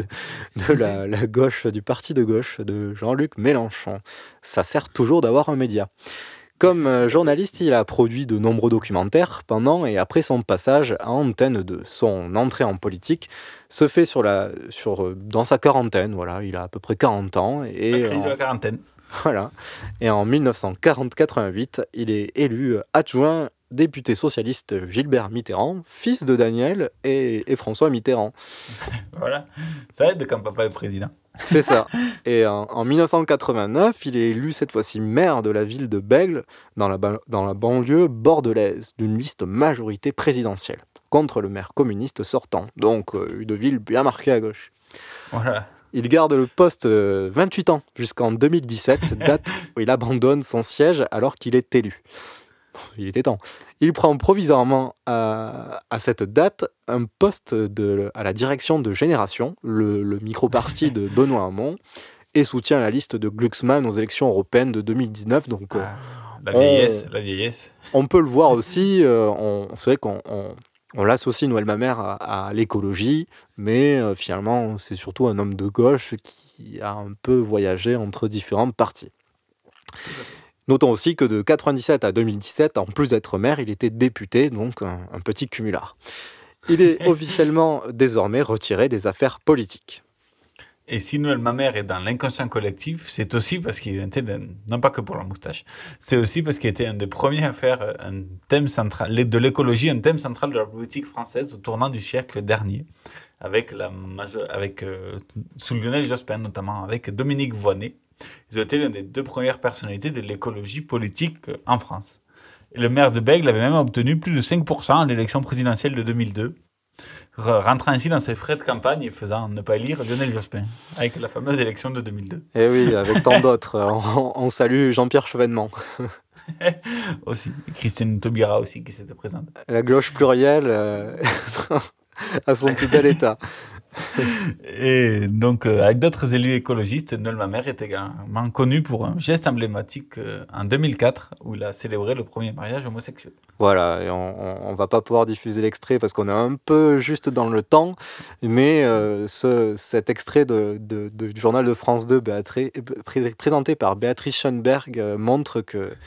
de la gauche, du parti de gauche de Jean-Luc Mélenchon. Ça sert toujours d'avoir un média. Comme journaliste, il a produit de nombreux documentaires pendant et après son passage à Antenne 2. Son entrée en politique se fait dans sa quarantaine, voilà, il a à peu près 40 ans. La crise de la quarantaine. Voilà. Et en 1940-88, il est élu adjoint député socialiste Gilbert Mitterrand, fils de Daniel et François Mitterrand. Voilà, ça aide quand papa est président. C'est ça. Et en 1989, il est élu cette fois-ci maire de la ville de Bègles, dans la banlieue bordelaise, d'une liste majorité présidentielle, contre le maire communiste sortant. Donc une ville bien marquée à gauche. Voilà. Il garde le poste 28 ans jusqu'en 2017, date où il abandonne son siège alors qu'il est élu. Il était temps. Il prend provisoirement à cette date un poste à la direction de Génération, le micro-parti de Benoît Hamon, et soutient la liste de Glucksmann aux élections européennes de 2019. Donc, la vieillesse. On peut le voir aussi, c'est vrai qu'on l'associe Noël Mamère à l'écologie, mais finalement c'est surtout un homme de gauche qui a un peu voyagé entre différents partis. Notons aussi que de 1997 à 2017, en plus d'être maire, il était député, donc un petit cumulard. Il est officiellement désormais retiré des affaires politiques. Et si Noël Mamère est dans l'inconscient collectif, c'est aussi parce qu'il était, non pas que pour la moustache, c'est aussi parce qu'il était un des premiers à faire un thème central, de l'écologie, un thème central de la politique française au tournant du siècle dernier, sous Lionel Jospin notamment, avec Dominique Voynet. Ils ont été l'une des deux premières personnalités de l'écologie politique en France. Et le maire de Bègles avait même obtenu plus de 5% à l'élection présidentielle de 2002, rentrant ainsi dans ses frais de campagne et faisant ne pas élire Lionel Jospin, avec la fameuse élection de 2002. Et oui, avec tant d'autres. On salue Jean-Pierre Chevènement. Aussi, et Christine Taubira aussi qui s'était présente. La gauche plurielle à son plus bel état. Et donc, avec d'autres élus écologistes, Noël Mamère est également connu pour un geste emblématique en 2004, où il a célébré le premier mariage homosexuel. Voilà, et on va pas pouvoir diffuser l'extrait parce qu'on est un peu juste dans le temps, mais cet extrait du journal de France 2 présenté par Béatrice Schoenberg montre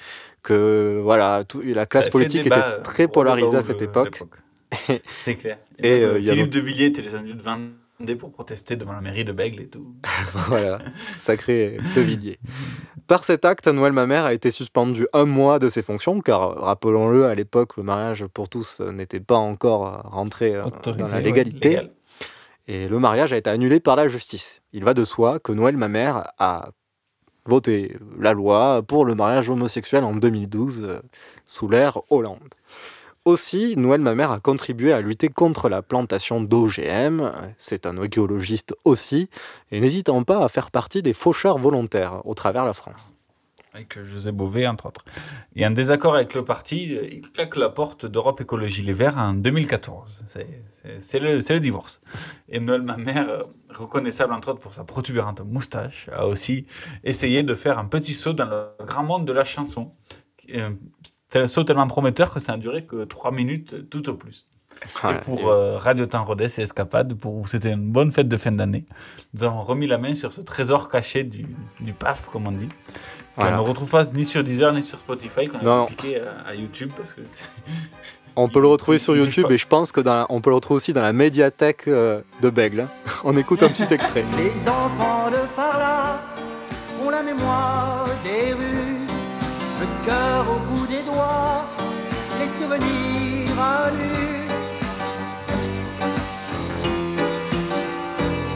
que voilà, la classe politique était très polarisée à cette époque. C'est clair. Et Philippe de Villiers était descendu de Vendée pour protester devant la mairie de Bègles et tout. Voilà, sacré de Villiers. Par cet acte, Noël Mamère a été suspendu 1 mois de ses fonctions, car, rappelons-le, à l'époque, le mariage pour tous n'était pas encore rentré dans la légalité. Légal. Et le mariage a été annulé par la justice. Il va de soi que Noël Mamère a voté la loi pour le mariage homosexuel en 2012, sous l'ère Hollande. Aussi, Noël Mamère a contribué à lutter contre la plantation d'OGM, c'est un écologiste aussi, et n'hésitant pas à faire partie des faucheurs volontaires au travers la France. Avec José Bové, entre autres. Et en désaccord avec le parti, il claque la porte d'Europe Écologie Les Verts en 2014. C'est le divorce. Et Noël Mamère, reconnaissable entre autres pour sa protubérante moustache, a aussi essayé de faire un petit saut dans le grand monde de la chanson. C'est un saut tellement prometteur que ça n'a duré que 3 minutes tout au plus. Et pour Radio Temps Rodez et Escapade, pour vous souhaiter une bonne fête de fin d'année, nous avons remis la main sur ce trésor caché du PAF, comme on dit. Voilà. On ne retrouve pas ni sur Deezer ni sur Spotify, qu'on a piqué à YouTube. Parce que on peut le retrouver sur YouTube et je pense qu'on peut le retrouver aussi dans la médiathèque de Bègles. On écoute un petit extrait. Les enfants de par là ont la mémoire des rues, le cœur au bout des doigts, les souvenirs à nu.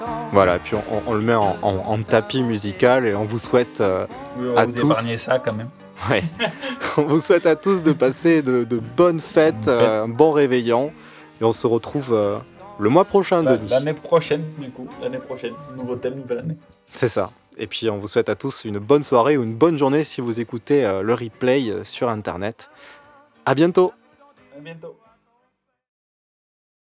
Voilà, puis on le met en tapis musical et on vous souhaite Oui, on va à vous tous... épargner ça quand même. Ouais. On vous souhaite à tous de passer de bonnes fêtes, un bon réveillon. Et on se retrouve le mois prochain, Denis. L'année prochaine, du coup. L'année prochaine. Nouveau thème, nouvelle année. C'est ça. Et puis on vous souhaite à tous une bonne soirée ou une bonne journée si vous écoutez le replay sur Internet. À bientôt. À bientôt.